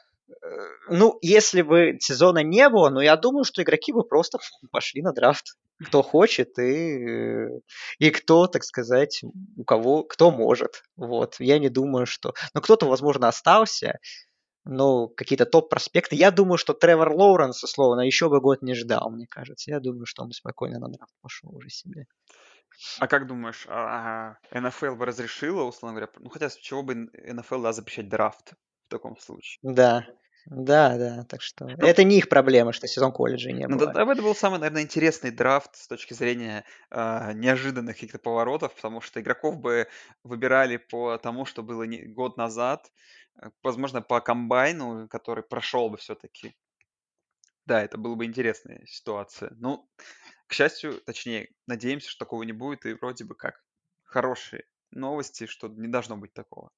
ну, если бы сезона не было, ну, я думаю, что игроки бы просто пошли на драфт. Кто хочет и, и кто, так сказать, у кого, кто может. Вот, я не думаю, что... Ну, кто-то, возможно, остался, но какие-то топ-проспекты. Я думаю, что Тревор Лоуренс, условно, еще бы год не ждал, мне кажется. Я думаю, что он бы спокойно на драфт пошел уже себе. А как думаешь, а, эн эф эл бы разрешила, условно говоря, ну хотя с чего бы эн эф эл да, запрещать драфт в таком случае? Да, да, да, так что Ну, это не их проблема, что сезон колледжа не ну было. тогда бы это был самый, наверное, интересный драфт с точки зрения а, неожиданных каких-то поворотов, потому что игроков бы выбирали по тому, что было не- год назад, э, возможно, по комбайну, который прошел бы все-таки. Да, это была бы интересная ситуация. Ну, к счастью, точнее, надеемся, что такого не будет, и вроде бы как хорошие новости, что не должно быть такого.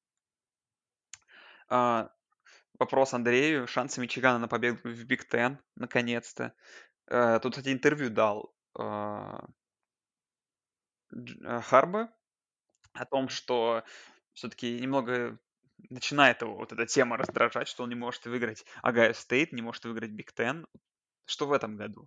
А, Вопрос Андрею. Шансы Мичигана на победу в Биг Тен, наконец-то. Э, Тут, кстати, интервью дал а, Дж- э, Харбо о том, что все-таки немного начинает его вот эта тема раздражать, что он не может выиграть Агайо Стейт, не может выиграть Биг Тен. Что в этом году?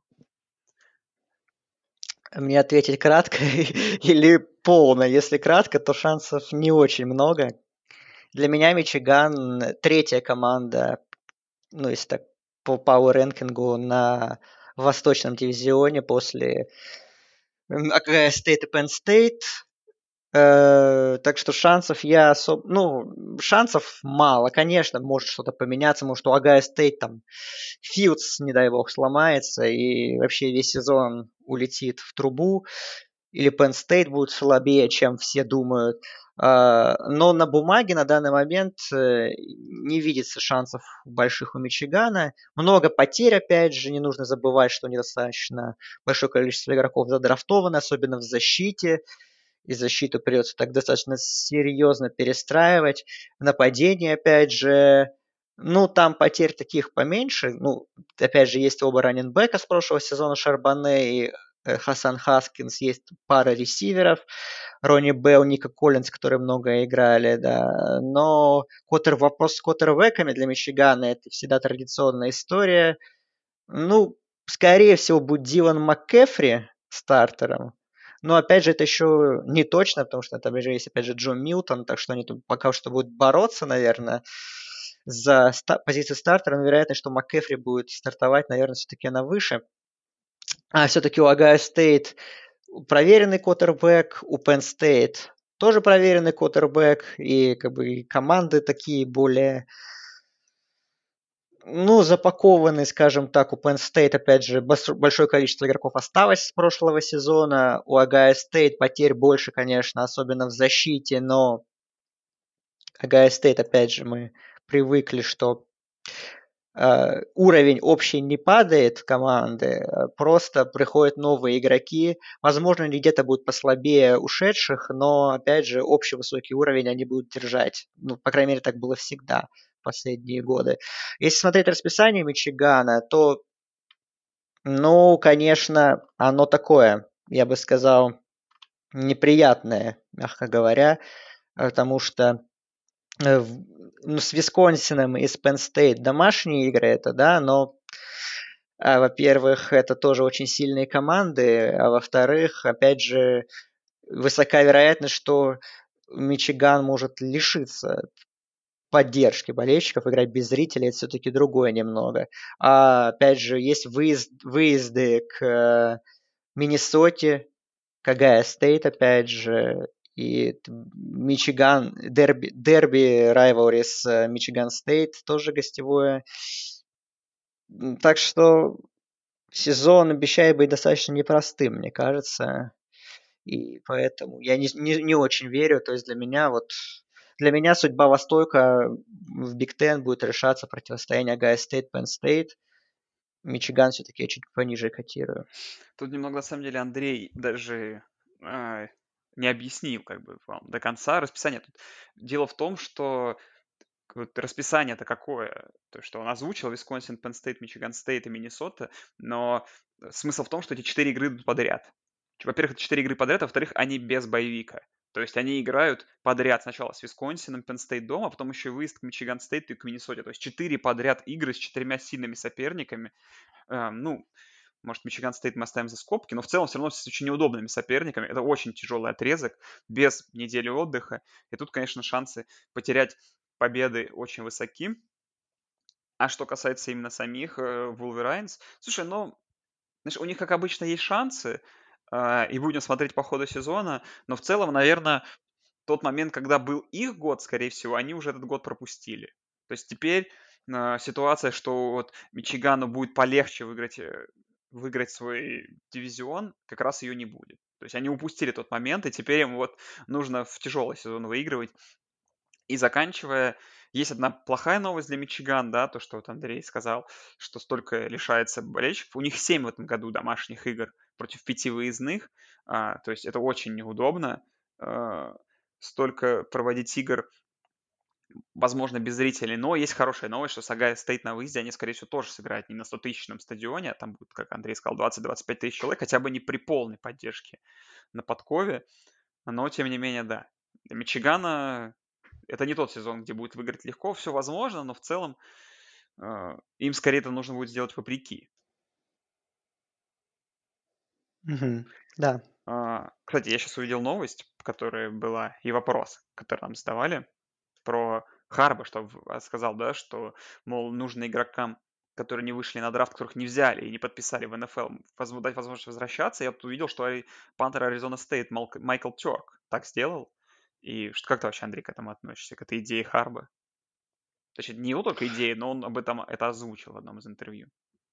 Мне ответить кратко или полно? Если кратко, то шансов не очень много. Для меня Мичиган третья команда, ну, если так по пауэр-рэнкингу на восточном дивизионе после Огайо Стейт и Penn State. Э, так что шансов я особо... Ну, шансов мало. Конечно, может что-то поменяться. Может, у Огайо Стейт там Филдс, не дай бог, сломается, и вообще весь сезон улетит в трубу. Или Penn State будет слабее, чем все думают. А, Но на бумаге на данный момент э, не видится шансов больших у Мичигана. Много потерь, опять же, не нужно забывать, что недостаточно большое количество игроков задрафтовано, особенно в защите. И защиту придется так достаточно серьезно перестраивать. Нападение, опять же, ну, там потерь таких поменьше. Ну, опять же, есть оба раненбека с прошлого сезона, Шарбане и э, Хасан Хаскинс, есть пара ресиверов, Ронни Белл, Ника Коллинз, которые много играли, да. Но квотер, вопрос с квотербеками для Мичигана – это всегда традиционная история. Ну, скорее всего, будет Дилан МакКефри стартером. Но, опять же, это еще не точно, потому что там же есть, опять же, Джон Милтон, так что они тут пока что будут бороться, наверное, за ста- позицию стартера, но вероятно, что МакКефри будет стартовать, наверное, все-таки на выше. А все-таки у Агайо Стейт проверенный квотербек, у Penn State тоже проверенный квотербек, и как бы и команды такие более Ну, запакованы, скажем так, у Penn State, опять же, большое количество игроков осталось с прошлого сезона. У Ohio State потерь больше, конечно, особенно в защите, но Ohio State, опять же, мы привыкли, что э, уровень общий не падает команды, просто приходят новые игроки. Возможно, они где-то будут послабее ушедших, но, опять же, общий высокий уровень они будут держать. Ну, по крайней мере, так было всегда последние годы. Если смотреть расписание Мичигана, то, ну, конечно, оно такое, я бы сказал, неприятное, мягко говоря, потому что ну, с Висконсином и с Penn State домашние игры это, да, но, а, во-первых, это тоже очень сильные команды, а во-вторых, опять же, высока вероятность, что Мичиган может лишиться поддержки болельщиков, играть без зрителей, это все-таки другое немного. А опять же, есть выезд, выезды к Миннесоте, к Огайо Стейт, опять же, и Мичиган, дерби, дерби райвалри с Мичиган Стейт, тоже гостевое. Так что сезон обещает быть достаточно непростым, мне кажется. И поэтому я не, не, не очень верю. То есть для меня вот для меня судьба Востока в Биг Тен будет решаться противостояние Огайо Стейт, Penn State. Мичиган все-таки я чуть пониже котирую. Тут немного, на самом деле, Андрей даже а, не объяснил как бы вам до конца расписание. Тут дело в том, что вот расписание-то какое? То, что он озвучил: Висконсин, Penn State, Мичиган Стейт и Миннесота, но смысл в том, что эти четыре игры идут подряд. Во-первых, это четыре игры подряд, а во-вторых, они без боевика. То есть они играют подряд сначала с Висконсином, Penn State дома, а потом еще и выезд к Мичиган Стейту и к Миннесоте. То есть четыре подряд игры с четырьмя сильными соперниками. Э, ну, может, Мичиган Стейт мы оставим за скобки, но в целом все равно с очень неудобными соперниками. Это очень тяжелый отрезок, без недели отдыха. И тут, конечно, шансы потерять победы очень высоки. А что касается именно самих э, Wolverines, слушай, ну, знаешь, у них, как обычно, есть шансы, а, и будем смотреть по ходу сезона, но в целом, наверное, тот момент, когда был их год, скорее всего, они уже этот год пропустили. То есть теперь а, ситуация, что вот Мичигану будет полегче выиграть, э, выиграть свой дивизион, как раз ее не будет. То есть они упустили тот момент, и теперь им вот нужно в тяжелый сезон выигрывать. И заканчивая, есть одна плохая новость для Мичиган, да, то, что вот Андрей сказал, что столько лишается болельщиков. У них семь в этом году домашних игр против пяти выездных, а, то есть это очень неудобно. а, столько проводить игр, возможно, без зрителей. Но есть хорошая новость, что Сагая стоит на выезде, они, скорее всего, тоже сыграют не на стотысячном стадионе, а там будет, как Андрей сказал, двадцать-двадцать пять тысяч человек, хотя бы не при полной поддержке на подкове. Но, тем не менее, да. Для Мичигана это не тот сезон, где будет выиграть легко, все возможно, но в целом э, им скорее это нужно будет сделать вопреки. Угу. Да. А, кстати, я сейчас увидел новость, которая была, и вопрос, который нам задавали, про Харба, что в- а, сказал, да, что, мол, нужно игрокам, которые не вышли на драфт, которых не взяли и не подписали в эн эф эл, воз- дать возможность возвращаться. Я тут увидел, что и Пантер Аризона Стейт Майкл Терк так сделал. И что, как ты вообще, Андрей, к этому относишься, к этой идее Харба? Точнее, не его только идея, но он об этом это озвучил в одном из интервью.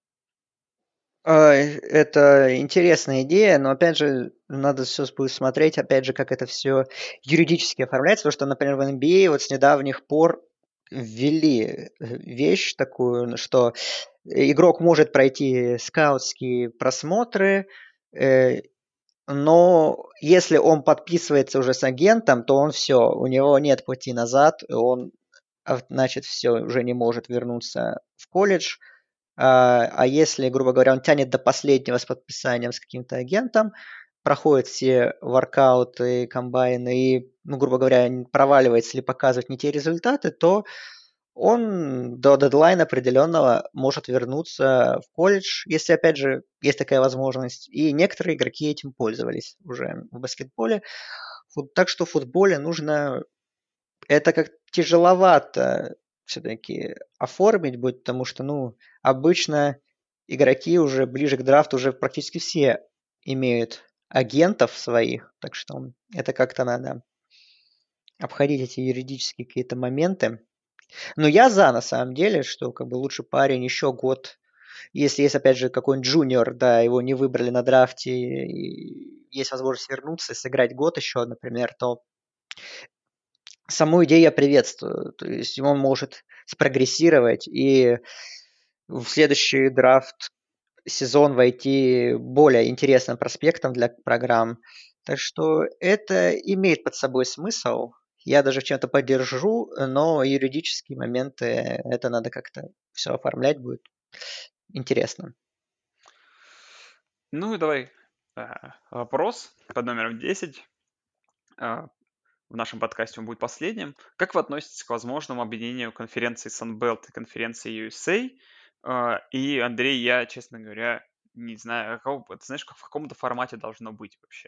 А, Это интересная идея, но опять же, надо все будет смотреть, опять же, как это все юридически оформляется, потому что, например, в эн би эй вот с недавних пор ввели э, вещь такую, что игрок может пройти скаутские просмотры, э, но если он подписывается уже с агентом, то он все, у него нет пути назад, он, а, значит, все, уже не может вернуться в колледж. А, а если, грубо говоря, он тянет до последнего с подписанием с каким-то агентом, проходит все воркауты, комбайны и, ну, грубо говоря, н- проваливается или показывает не те результаты, то он до дедлайна определенного может вернуться в колледж, если, опять же, есть такая возможность. И некоторые игроки этим пользовались уже в баскетболе. Фут- Так что в футболе нужно это как тяжеловато все-таки оформить будет, потому что, ну, обычно игроки уже ближе к драфту уже практически все имеют агентов своих, так что это как-то надо обходить эти юридические какие-то моменты. Но я за, на самом деле, что как бы лучше парень еще год. Если есть, опять же, какой-нибудь джуниор, да, его не выбрали на драфте, и есть возможность вернуться и сыграть год еще, например, то саму идею я приветствую. То есть он может спрогрессировать и в следующий драфт сезон войти более интересным проспектом для программ. Так что это имеет под собой смысл. Я даже в чем-то поддержу, но юридические моменты, это надо как-то все оформлять будет интересно. Ну и давай а, вопрос под номером десять. А, В нашем подкасте он будет последним. Как вы относитесь к возможному объединению конференции Sunbelt и конференции ю эс эй? А, И, Андрей, я, честно говоря, не знаю, какого, ты знаешь, как в каком-то формате должно быть вообще.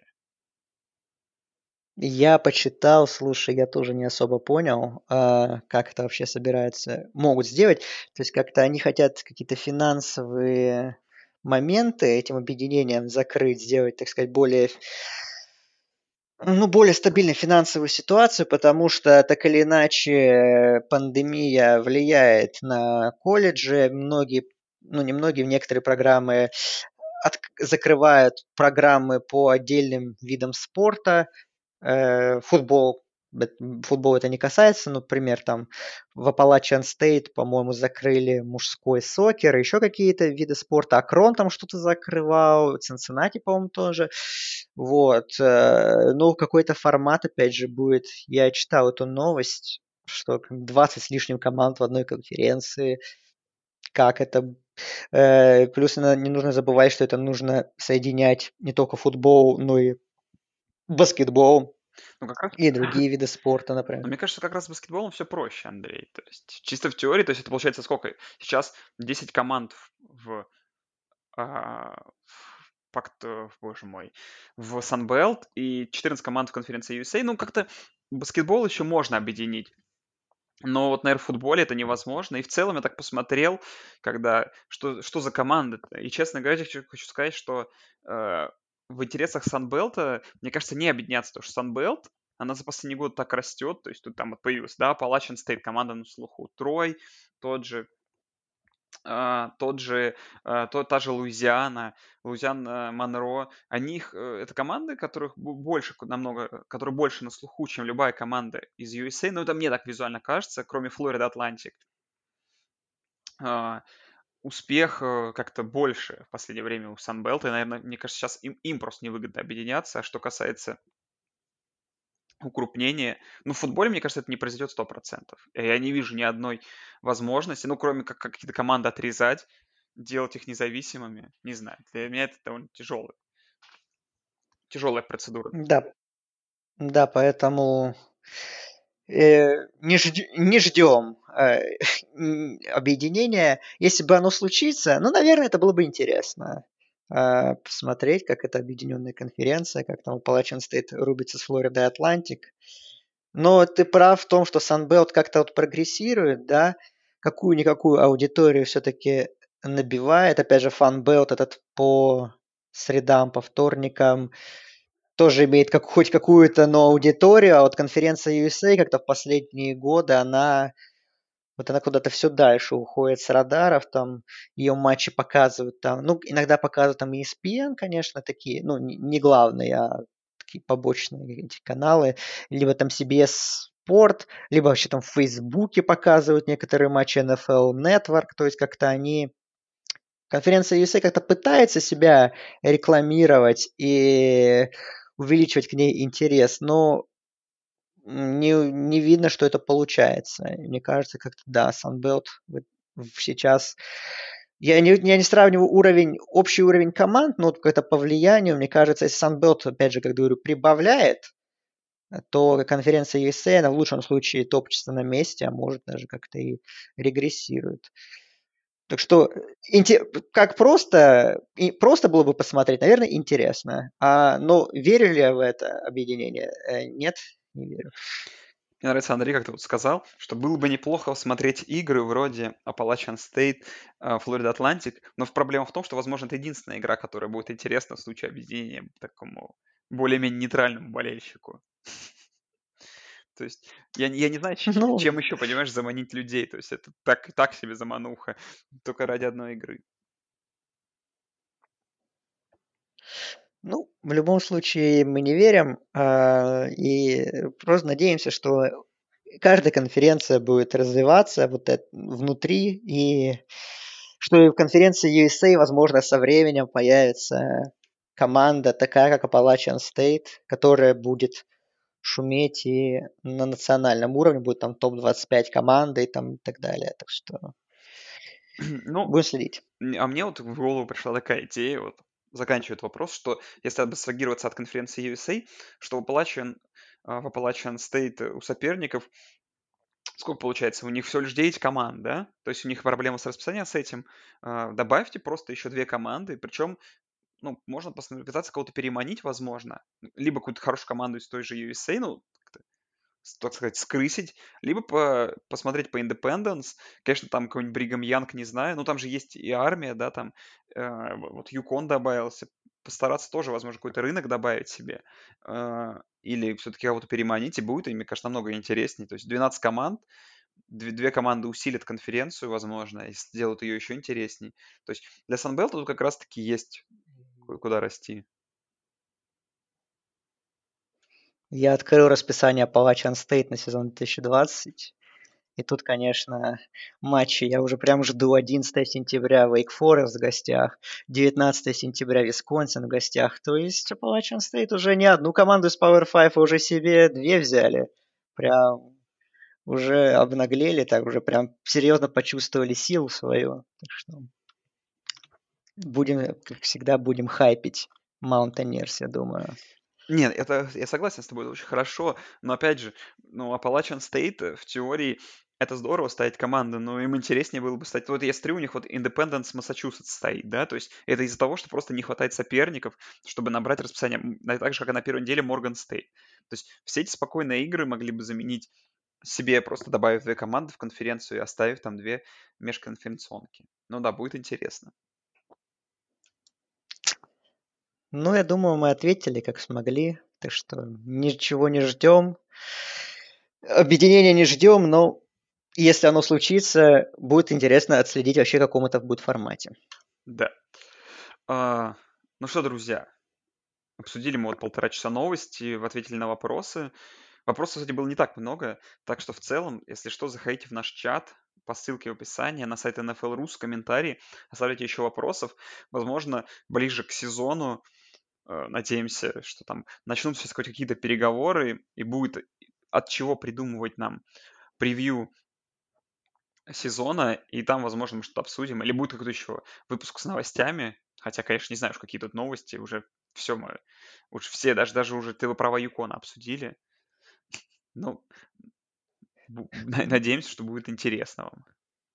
Я почитал, слушай, я тоже не особо понял, а, как это вообще собираются, могут сделать. То есть как-то они хотят какие-то финансовые моменты этим объединением закрыть, сделать, так сказать, более, ну, более стабильной финансовую ситуацию, потому что так или иначе пандемия влияет на колледжи. Многие, ну не многие, некоторые программы от- закрывают программы по отдельным видам спорта. Э, футбол, бет- футбол это не касается, ну, например, там в Appalachian State, по-моему, закрыли мужской сокер, еще какие-то виды спорта. Акрон там что-то закрывал, Цинциннати, по-моему, тоже. Вот. э, Ну, какой-то формат, опять же, будет. Я читал эту новость, что двадцать с лишним команд в одной конференции. Как это? Э, Плюс на- не нужно забывать, что это нужно соединять не только футбол, но и баскетбол. Ну, как раз, И другие виды спорта, например. но мне кажется, как раз с баскетболом все проще, Андрей. То есть чисто в теории, то есть это получается сколько? Сейчас десять команд в, а, в пакт, э, боже мой, в Sunbelt и четырнадцать команд в конференции ю эс эй. Ну, как-то баскетбол еще можно объединить. Но вот, наверное, в футболе это невозможно. И в целом я так посмотрел, когда что, что за команда. И, честно говоря, я хочу, хочу сказать, что э, в интересах Санбелта, мне кажется, не объединяться, потому что Санбелт, она за последний год так растет, то есть тут там вот появилась, да, Appalachian State, команда на слуху, Трой, тот же, а, тот же, а, то, та же Луизиана, Луизиана, Монро, они их, э, это команды, которых бо- больше, ку- намного, э, которые больше на слуху, чем любая команда из ю эс эй, но это мне так визуально кажется, кроме Флорида Атлантик. А, Успех э, как-то больше в последнее время у Санбелта, и, наверное, мне кажется, сейчас им, им просто невыгодно объединяться. А что касается укрупнения, ну, в футболе, мне кажется, это не произойдет сто процентов. И я не вижу ни одной возможности, ну, кроме как какие-то команды отрезать, делать их независимыми. Не знаю, для меня это довольно тяжелая, тяжелая процедура. Да, да, поэтому э, не, жд- не ждем э, м, объединения. Если бы оно случится, ну, наверное, это было бы интересно. э, Посмотреть, как это объединенная конференция, как там Appalachian State рубится с Флоридой Атлантик. Но ты прав в том, что Sunbelt как-то вот прогрессирует, да, какую-никакую аудиторию все-таки набивает. Опять же, Funbelt этот по средам, по вторникам тоже имеет как, хоть какую-то, но аудиторию, а вот конференция ю эс эй как-то в последние годы, она вот она куда-то все дальше уходит с радаров, там ее матчи показывают там, ну, иногда показывают там и эс пи эн, конечно, такие, ну, не, не главные, а такие побочные эти каналы, либо там си би эс Sport, либо вообще там в Фейсбуке показывают некоторые матчи эн эф эл Network, то есть как-то они конференция ю эс эй как-то пытается себя рекламировать и увеличивать к ней интерес, но не, не видно, что это получается. Мне кажется, как-то да, Sunbelt вот сейчас... Я не, я не сравниваю уровень, общий уровень команд, но вот как-то по влиянию, мне кажется, если Sunbelt, опять же, как говорю, прибавляет, то конференция ю эс эй, она в лучшем случае топчется на месте, а может даже как-то и регрессирует. Так что, инте- как просто, и просто было бы посмотреть, наверное, интересно. А, но верю ли я в это объединение? Э, Нет, не верю. Мне нравится, Андрей, как ты вот сказал, что было бы неплохо смотреть игры вроде Appalachian State, а, Florida Atlantic, но в- проблема в том, что, возможно, это единственная игра, которая будет интересна в случае объединения такому более-менее нейтральному болельщику. То есть я, не- я не знаю, ч- Ну, чем еще, понимаешь, заманить людей. То есть это так, так себе замануха, только ради одной игры. ну, в любом случае мы не верим, а, и просто надеемся, что каждая конференция будет развиваться вот это внутри, и что и в конференции ю эс эй, возможно, со временем появится команда такая, как Appalachian State, которая будет шуметь и на национальном уровне, будет там топ двадцать пять команды и там и так далее. Так что Ну, будем следить. м, а мне вот в голову пришла такая идея, вот заканчивает вопрос, что если абстрагироваться от конференции ю эс эй, что в Appalachian, а, в Appalachian State у соперников сколько получается? У них всего лишь девять команд, да? То есть у них проблема с расписанием с этим. А, добавьте просто еще две команды, причем, ну, можно просто пытаться кого-то переманить, возможно. Либо какую-то хорошую команду из той же ю эс эй, ну, как-то, с- так сказать, скрысить, либо по- посмотреть по Independence. Конечно, там какой-нибудь Бригам Янг, не знаю. Ну, там же есть и армия, да, там э, вот Юкон добавился. Постараться тоже, возможно, какой-то рынок добавить себе. Э, или все-таки кого-то переманить, и будет, и, мне кажется, намного интереснее. То есть двенадцать команд, две, две команды усилят конференцию, возможно, и сделают ее еще интересней. То есть для Санбелта тут как раз-таки есть ку- куда расти. Я открыл расписание Appalachian State на сезон две тысячи двадцать. И тут, конечно, матчи. Я уже прям жду одиннадцатого сентября Wake Forest в гостях, девятнадцатого сентября Висконсин в гостях. То есть Appalachian State уже не одну команду из Power пять, а уже себе две взяли. Прям уже обнаглели, так уже прям серьезно почувствовали силу свою. Так что будем, как всегда, будем хайпить Mountaineers, я думаю. Нет, это я согласен с тобой, это очень хорошо, но опять же, ну, Appalachian State э, в теории это здорово ставить команды, но им интереснее было бы стать. Вот я смотрю, у них вот Independence Массачусетс стоит, да, то есть это из-за того, что просто не хватает соперников, чтобы набрать расписание, М, на- так же, как и на первой неделе Морган Стейт. То есть все эти спокойные игры могли бы заменить себе, просто добавив две команды в конференцию и оставив там две межконференционки. Ну да, будет интересно. Ну, я думаю, мы ответили, как смогли. Так что ничего не ждем. Объединения не ждем, но если оно случится, будет интересно отследить вообще, каком это будет формате. Да. А, ну что, друзья, обсудили мы вот полтора часа новости, ответили на вопросы. Вопросов, кстати, было не так много, так что в целом, если что, заходите в наш чат по ссылке в описании на сайт эн эф эл точка ру с комментарии, оставляйте еще вопросов. Возможно, ближе к сезону, э, надеемся, что там начнутся хоть какие-то переговоры и будет от чего придумывать нам превью сезона, и там, возможно, мы что-то обсудим. Или будет какой-то еще выпуск с новостями. Хотя, конечно, не знаю, уж какие тут новости. Уже все мы, уж все, даже, даже уже ты права Юкона обсудили. Ну, бу- на- надеемся, что будет интересно вам.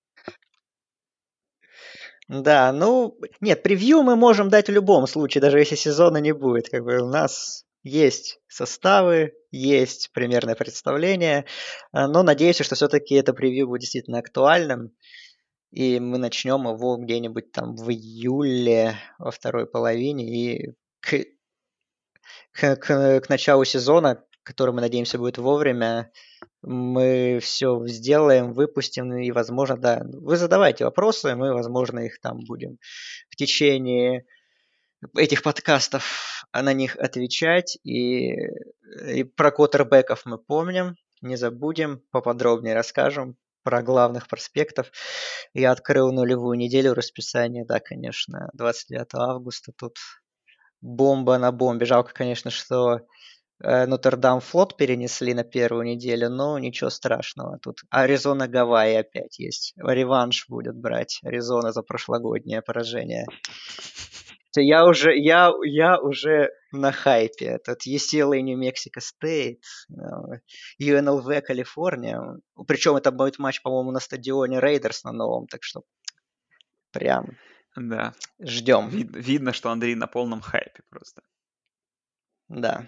Да, ну, нет, превью мы можем дать в любом случае, даже если сезона не будет. Как бы у нас есть составы, есть примерное представление, а, но надеюсь, что все-таки это превью будет действительно актуальным, и мы начнем его где-нибудь там в июле, во второй половине, и к, к, к, к началу сезона, который, мы надеемся, будет вовремя, мы все сделаем, выпустим, и, возможно, да, вы задавайте вопросы, мы, возможно, их там будем в течение этих подкастов на них отвечать. И, и про квотербеков мы помним, не забудем, поподробнее расскажем про главных проспектов. Я открыл нулевую неделю расписания, да, конечно, двадцать девятого августа тут бомба на бомбе. Жалко, конечно, что э, Нотр-Дам флот перенесли на первую неделю, но ничего страшного. Тут Аризона Гавайи опять есть. Реванш будет брать Аризона за прошлогоднее поражение. То я уже, я, я уже на хайпе. Этот ю си эл эй New Mexico State, э, ю эн эл ви Калифорния. Причем это будет матч, по-моему, на стадионе Рейдерс на новом, так что прям Да, ждем. вид- видно, что Андрей на полном хайпе просто. Да.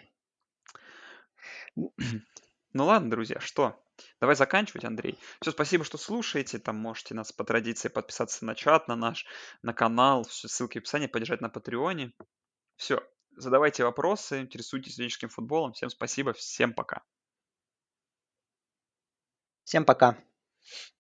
Ну ладно, друзья, что? Давай заканчивать, Андрей. Все, спасибо, что слушаете. Там можете нас по традиции подписаться на чат, на наш, на канал. Все ссылки в описании, поддержать на Патреоне. Все, задавайте вопросы, интересуйтесь студенческим футболом. Всем спасибо, всем пока. Всем пока.